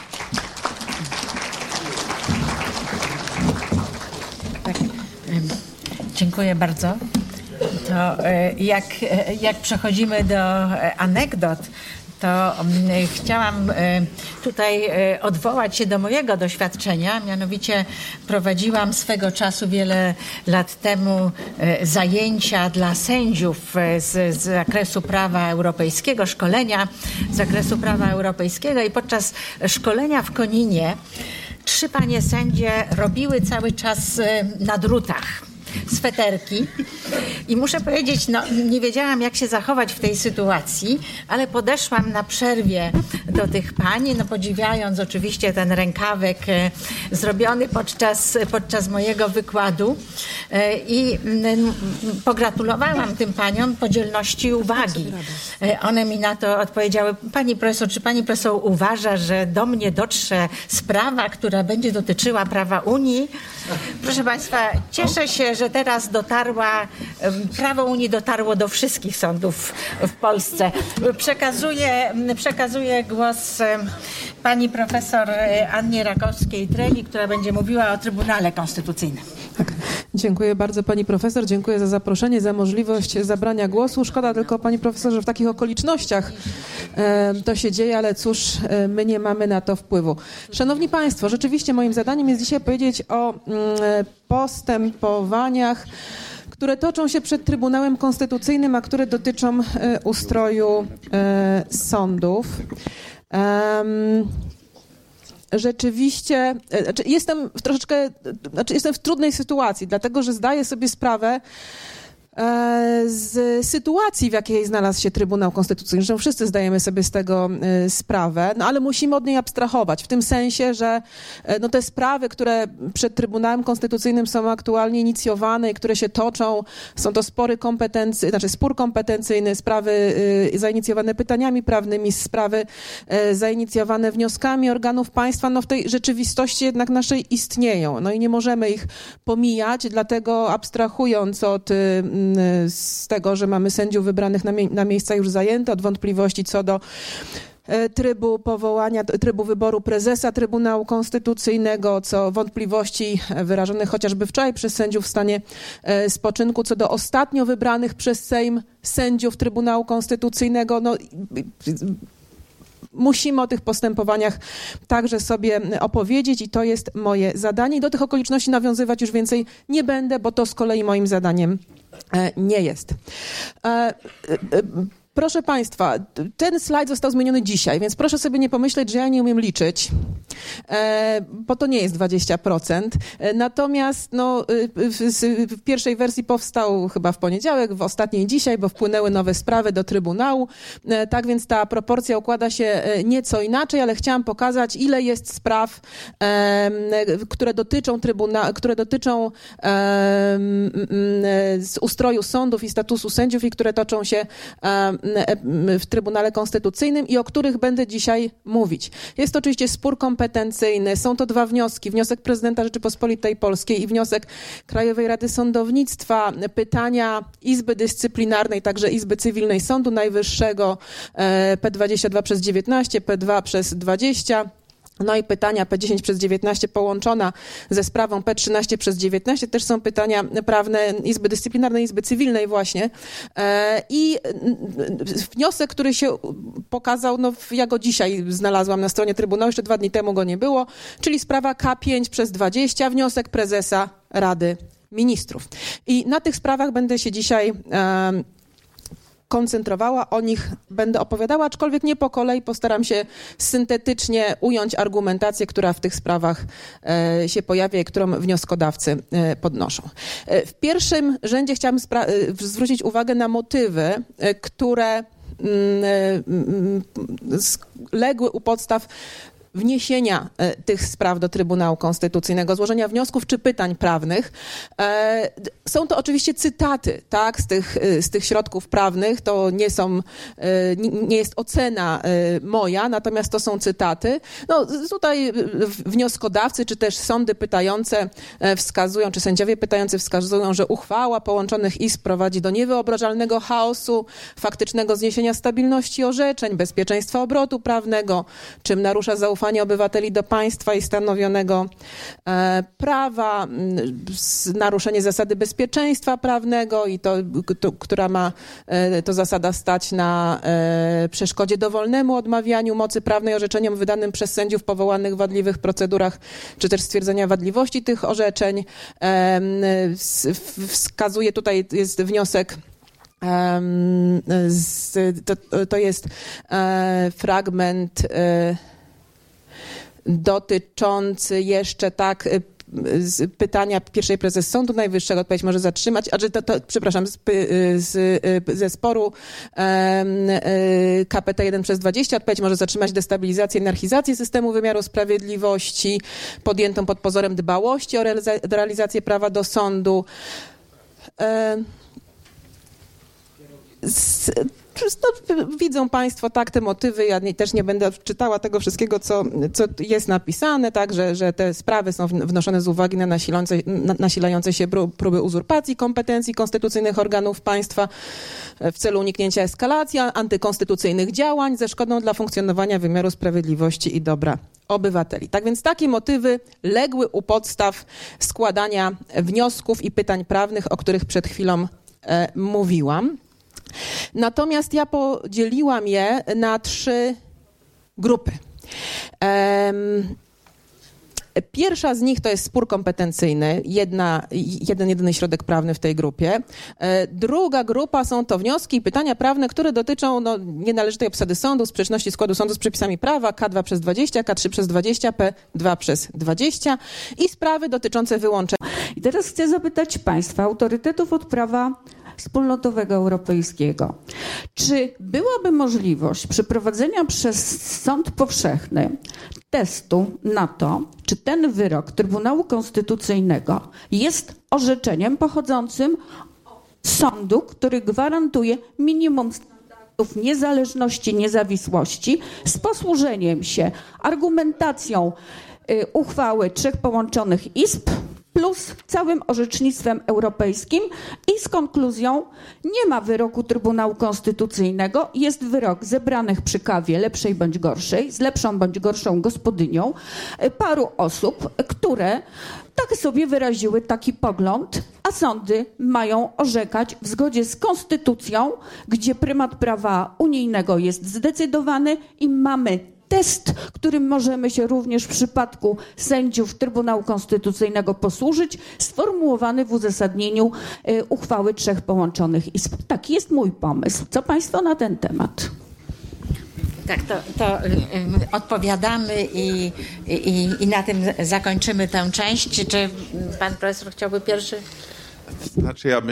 Dziękuję bardzo. To jak przechodzimy do anegdot, to chciałam tutaj odwołać się do mojego doświadczenia. Mianowicie prowadziłam swego czasu wiele lat temu zajęcia dla sędziów z zakresu prawa europejskiego, szkolenia z zakresu prawa europejskiego i podczas szkolenia w Koninie 3 panie sędzie robiły cały czas na drutach sweterki i muszę powiedzieć, nie wiedziałam, jak się zachować w tej sytuacji, ale podeszłam na przerwie do tych pań, podziwiając oczywiście ten rękawek zrobiony podczas mojego wykładu i pogratulowałam tym paniom podzielności uwagi. One mi na to odpowiedziały: pani profesor, czy pani profesor uważa, że do mnie dotrze sprawa, która będzie dotyczyła prawa Unii? Proszę państwa, cieszę się, że teraz prawo Unii dotarło do wszystkich sądów w Polsce. Przekazuję głos pani profesor Annie Rakowskiej-Treli, która będzie mówiła o Trybunale Konstytucyjnym. Tak. Dziękuję bardzo pani profesor, dziękuję za zaproszenie, za możliwość zabrania głosu. Szkoda tylko, pani profesor, że w takich okolicznościach to się dzieje, ale cóż, my nie mamy na to wpływu. Szanowni państwo, rzeczywiście moim zadaniem jest dzisiaj powiedzieć o postępowaniach, które toczą się przed Trybunałem Konstytucyjnym, a które dotyczą ustroju sądów. Rzeczywiście, jestem w trudnej sytuacji, dlatego że zdaję sobie sprawę z sytuacji, w jakiej znalazł się Trybunał Konstytucyjny. Zresztą wszyscy zdajemy sobie z tego sprawę, ale musimy od niej abstrahować, w tym sensie, że te sprawy, które przed Trybunałem Konstytucyjnym są aktualnie inicjowane i które się toczą, są to spór kompetencyjny, sprawy zainicjowane pytaniami prawnymi, sprawy zainicjowane wnioskami organów państwa, w tej rzeczywistości jednak naszej istnieją. I nie możemy ich pomijać, dlatego abstrahując z tego, że mamy sędziów wybranych na miejsca już zajęte, od wątpliwości co do trybu wyboru prezesa Trybunału Konstytucyjnego, co wątpliwości wyrażonych chociażby wczoraj przez sędziów w stanie spoczynku, co do ostatnio wybranych przez Sejm sędziów Trybunału Konstytucyjnego. Musimy o tych postępowaniach także sobie opowiedzieć i to jest moje zadanie. I do tych okoliczności nawiązywać już więcej nie będę, bo to z kolei moim zadaniem nie jest. Proszę państwa, ten slajd został zmieniony dzisiaj, więc proszę sobie nie pomyśleć, że ja nie umiem liczyć, bo to nie jest 20%. Natomiast w pierwszej wersji powstał chyba w poniedziałek, w ostatniej dzisiaj, bo wpłynęły nowe sprawy do Trybunału. Tak więc ta proporcja układa się nieco inaczej, ale chciałam pokazać, ile jest spraw, które dotyczą ustroju sądów i statusu sędziów i które toczą się w Trybunale Konstytucyjnym i o których będę dzisiaj mówić. Jest to oczywiście spór kompetencyjny. Są to 2 wnioski. Wniosek prezydenta Rzeczypospolitej Polskiej i wniosek Krajowej Rady Sądownictwa. Pytania Izby Dyscyplinarnej, także Izby Cywilnej Sądu Najwyższego P22/19, P2/20. I pytania P10/19 połączona ze sprawą P13/19 też są pytania prawne Izby Dyscyplinarnej, Izby Cywilnej właśnie. I wniosek, który się pokazał, ja go dzisiaj znalazłam na stronie Trybunału, jeszcze 2 dni temu go nie było, czyli sprawa K5/20, wniosek prezesa Rady Ministrów. I na tych sprawach będę się dzisiaj koncentrowała, o nich będę opowiadała, aczkolwiek nie po kolei, postaram się syntetycznie ująć argumentację, która w tych sprawach się pojawia i którą wnioskodawcy podnoszą. W pierwszym rzędzie chciałam zwrócić uwagę na motywy, które legły u podstaw wniesienia tych spraw do Trybunału Konstytucyjnego, złożenia wniosków czy pytań prawnych. Są to oczywiście cytaty, tak, z tych środków prawnych. To nie jest ocena moja, natomiast to są cytaty. Tutaj wnioskodawcy, czy też sądy pytające wskazują, czy sędziowie pytający wskazują, że uchwała połączonych izb prowadzi do niewyobrażalnego chaosu, faktycznego zniesienia stabilności orzeczeń, bezpieczeństwa obrotu prawnego, czym narusza zaufanie zaufanie obywateli do państwa i stanowionego prawa, naruszenie zasady bezpieczeństwa prawnego i która ma to zasada stać na przeszkodzie dowolnemu odmawianiu mocy prawnej orzeczeniom wydanym przez sędziów powołanych w wadliwych procedurach, czy też stwierdzenia wadliwości tych orzeczeń. Wskazuje, tutaj jest wniosek, to jest fragment dotyczący jeszcze pytania pierwszej prezes Sądu Najwyższego, odpowiedź może zatrzymać, ze sporu KPT 1/20, odpowiedź może zatrzymać destabilizację i anarchizację systemu wymiaru sprawiedliwości podjętą pod pozorem dbałości o realizację prawa do sądu. Widzą państwo te motywy, ja też nie będę czytała tego wszystkiego, co jest napisane, tak, że te sprawy są wnoszone z uwagi na nasilające się próby uzurpacji kompetencji konstytucyjnych organów państwa w celu uniknięcia eskalacji antykonstytucyjnych działań ze szkodą dla funkcjonowania wymiaru sprawiedliwości i dobra obywateli. Tak więc takie motywy legły u podstaw składania wniosków i pytań prawnych, o których przed chwilą mówiłam. Natomiast ja podzieliłam je na 3 grupy. Pierwsza z nich to jest spór kompetencyjny, jedyny środek prawny w tej grupie. Druga grupa są to wnioski i pytania prawne, które dotyczą nienależytej obsady sądu, sprzeczności składu sądu z przepisami prawa K2/20, K3/20, P2/20 i sprawy dotyczące wyłączenia. I teraz chcę zapytać państwa, autorytetów od prawa wspólnotowego europejskiego. Czy byłaby możliwość przeprowadzenia przez sąd powszechny testu na to, czy ten wyrok Trybunału Konstytucyjnego jest orzeczeniem pochodzącym z sądu, który gwarantuje minimum standardów niezależności, niezawisłości, z posłużeniem się argumentacją uchwały 3 połączonych izb, plus całym orzecznictwem europejskim i z konkluzją: nie ma wyroku Trybunału Konstytucyjnego, jest wyrok zebranych przy kawie, lepszej bądź gorszej, z lepszą bądź gorszą gospodynią, paru osób, które tak sobie wyraziły taki pogląd, a sądy mają orzekać w zgodzie z konstytucją, gdzie prymat prawa unijnego jest zdecydowany i mamy test, którym możemy się również w przypadku sędziów Trybunału Konstytucyjnego posłużyć, sformułowany w uzasadnieniu uchwały 3 połączonych izb. Taki jest mój pomysł. Co państwo na ten temat? Tak, to odpowiadamy i na tym zakończymy tę część. Czy pan profesor chciałby pierwszy? Znaczy ja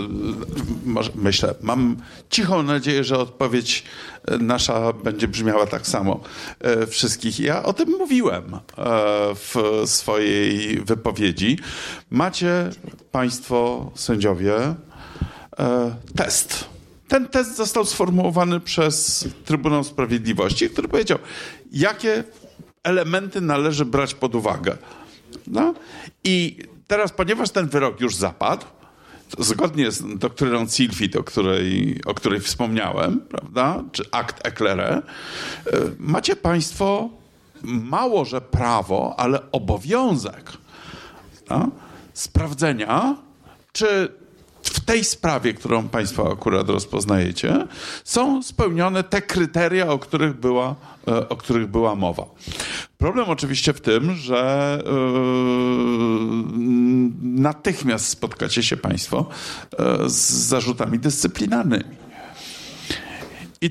mam cichą nadzieję, że odpowiedź nasza będzie brzmiała tak samo wszystkich. Ja o tym mówiłem w swojej wypowiedzi. Macie państwo, sędziowie, test. Ten test został sformułowany przez Trybunał Sprawiedliwości, który powiedział, jakie elementy należy brać pod uwagę. No? I teraz, ponieważ ten wyrok już zapadł, zgodnie z doktryną Cilfit, o której wspomniałem, prawda, czy akt Eclairé, macie państwo mało, że prawo, ale obowiązek sprawdzenia, czy w tej sprawie, którą państwo akurat rozpoznajecie, są spełnione te kryteria, o których była mowa. Problem oczywiście w tym, że natychmiast spotkacie się państwo z zarzutami dyscyplinarnymi. I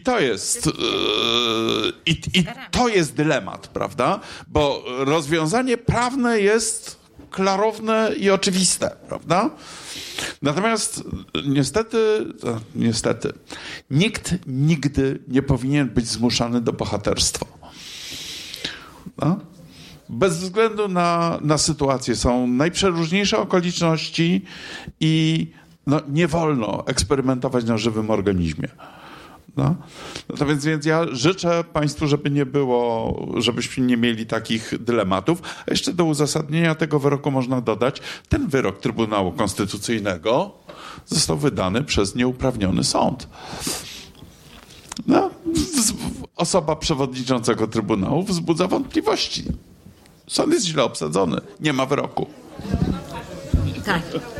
to jest dylemat, prawda? Bo rozwiązanie prawne jest klarowne i oczywiste, prawda? Natomiast niestety nikt nigdy nie powinien być zmuszany do bohaterstwa. No? Bez względu na sytuację. Są najprzeróżniejsze okoliczności i nie wolno eksperymentować na żywym organizmie. No to więc ja życzę państwu, żebyśmy nie mieli takich dylematów. A jeszcze do uzasadnienia tego wyroku można dodać, ten wyrok Trybunału Konstytucyjnego został wydany przez nieuprawniony sąd. No, osoba przewodniczącego Trybunału wzbudza wątpliwości. Sąd jest źle obsadzony, nie ma wyroku. Tak.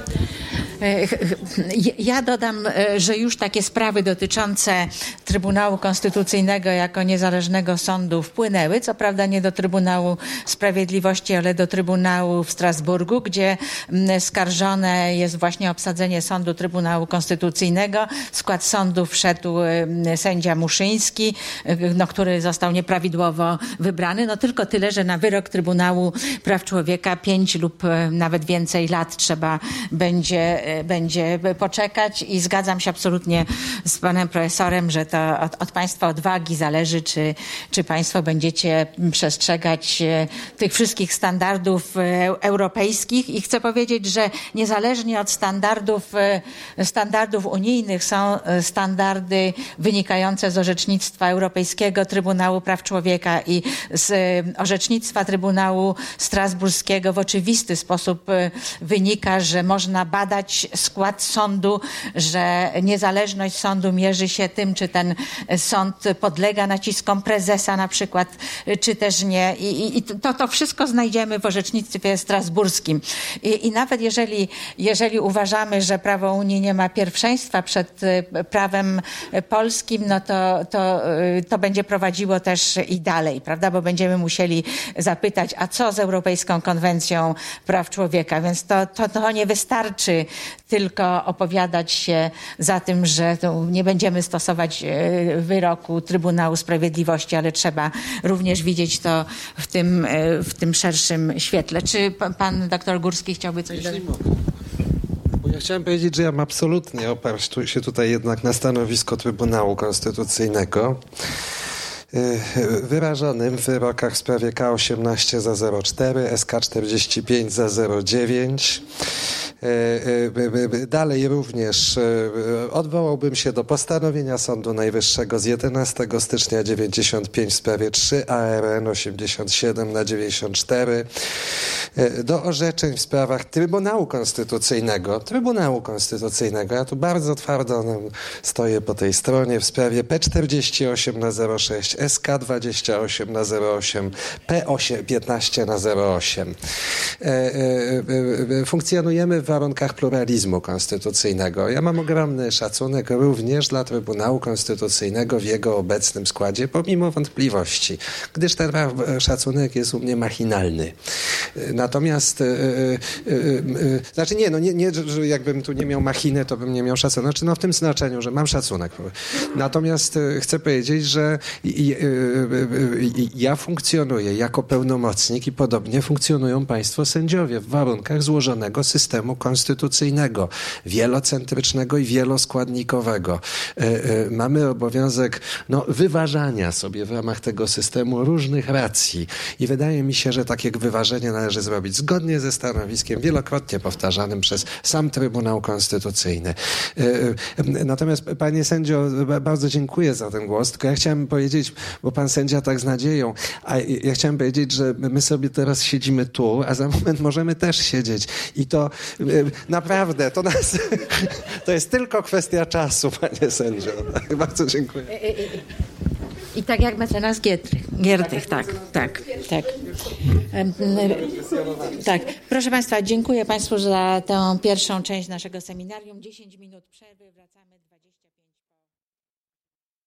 Ja dodam, że już takie sprawy dotyczące Trybunału Konstytucyjnego jako niezależnego sądu wpłynęły, co prawda nie do Trybunału Sprawiedliwości, ale do Trybunału w Strasburgu, gdzie skarżone jest właśnie obsadzenie sądu Trybunału Konstytucyjnego. W skład sądu wszedł sędzia Muszyński, który został nieprawidłowo wybrany. No tylko tyle, że na wyrok Trybunału Praw Człowieka 5 lub nawet więcej lat trzeba będzie poczekać i zgadzam się absolutnie z panem profesorem, że to od państwa odwagi zależy, czy państwo będziecie przestrzegać tych wszystkich standardów europejskich i chcę powiedzieć, że niezależnie od standardów unijnych są standardy wynikające z orzecznictwa Europejskiego Trybunału Praw Człowieka i z orzecznictwa Trybunału Strasburskiego w oczywisty sposób wynika, że można badać skład sądu, że niezależność sądu mierzy się tym, czy ten sąd podlega naciskom prezesa na przykład, czy też nie. I to wszystko znajdziemy w orzecznictwie strasburskim. I nawet jeżeli uważamy, że prawo Unii nie ma pierwszeństwa przed prawem polskim, no to będzie prowadziło też i dalej, prawda? Bo będziemy musieli zapytać, a co z Europejską Konwencją Praw Człowieka? Więc to nie wystarczy tylko opowiadać się za tym, że nie będziemy stosować wyroku Trybunału Sprawiedliwości, ale trzeba również widzieć to w tym szerszym świetle. Czy pan doktor Górski chciałby coś dodać? Bo ja chciałem powiedzieć, że ja mam absolutnie oparć się tutaj jednak na stanowisko Trybunału Konstytucyjnego wyrażonym w wyrokach w sprawie K18 za 04, SK 45 za 09. Dalej również odwołałbym się do postanowienia Sądu Najwyższego z 11 stycznia 95 w sprawie 3 ARN 87 na 94, do orzeczeń w sprawach Trybunału Konstytucyjnego, ja tu bardzo twardo stoję po tej stronie, w sprawie P48 na 06, SK 28 na 08, P8 15 na 08. Funkcjonujemy w warunkach pluralizmu konstytucyjnego. Ja mam ogromny szacunek również dla Trybunału Konstytucyjnego w jego obecnym składzie, pomimo wątpliwości, gdyż ten szacunek jest u mnie machinalny. Natomiast nie, że jakbym tu nie miał machiny, to bym nie miał szacunku. W tym znaczeniu, że mam szacunek. Natomiast chcę powiedzieć, że ja funkcjonuję jako pełnomocnik i podobnie funkcjonują państwo sędziowie w warunkach złożonego systemu konstytucyjnego, wielocentrycznego i wieloskładnikowego. Mamy obowiązek wyważania sobie w ramach tego systemu różnych racji i wydaje mi się, że takie wyważenie należy zrobić zgodnie ze stanowiskiem wielokrotnie powtarzanym przez sam Trybunał Konstytucyjny. Natomiast panie sędzio, bardzo dziękuję za ten głos, tylko ja chciałem powiedzieć, bo pan sędzia tak z nadzieją, a ja chciałem powiedzieć, że my sobie teraz siedzimy tu, a za moment możemy też siedzieć i to naprawdę, to jest tylko kwestia czasu, panie sędzio. Bardzo dziękuję. I tak jak mecenas Giertych, tak. Tak. Proszę państwa, dziękuję państwu za tę pierwszą część naszego seminarium. 10 minut przerwy, wracamy.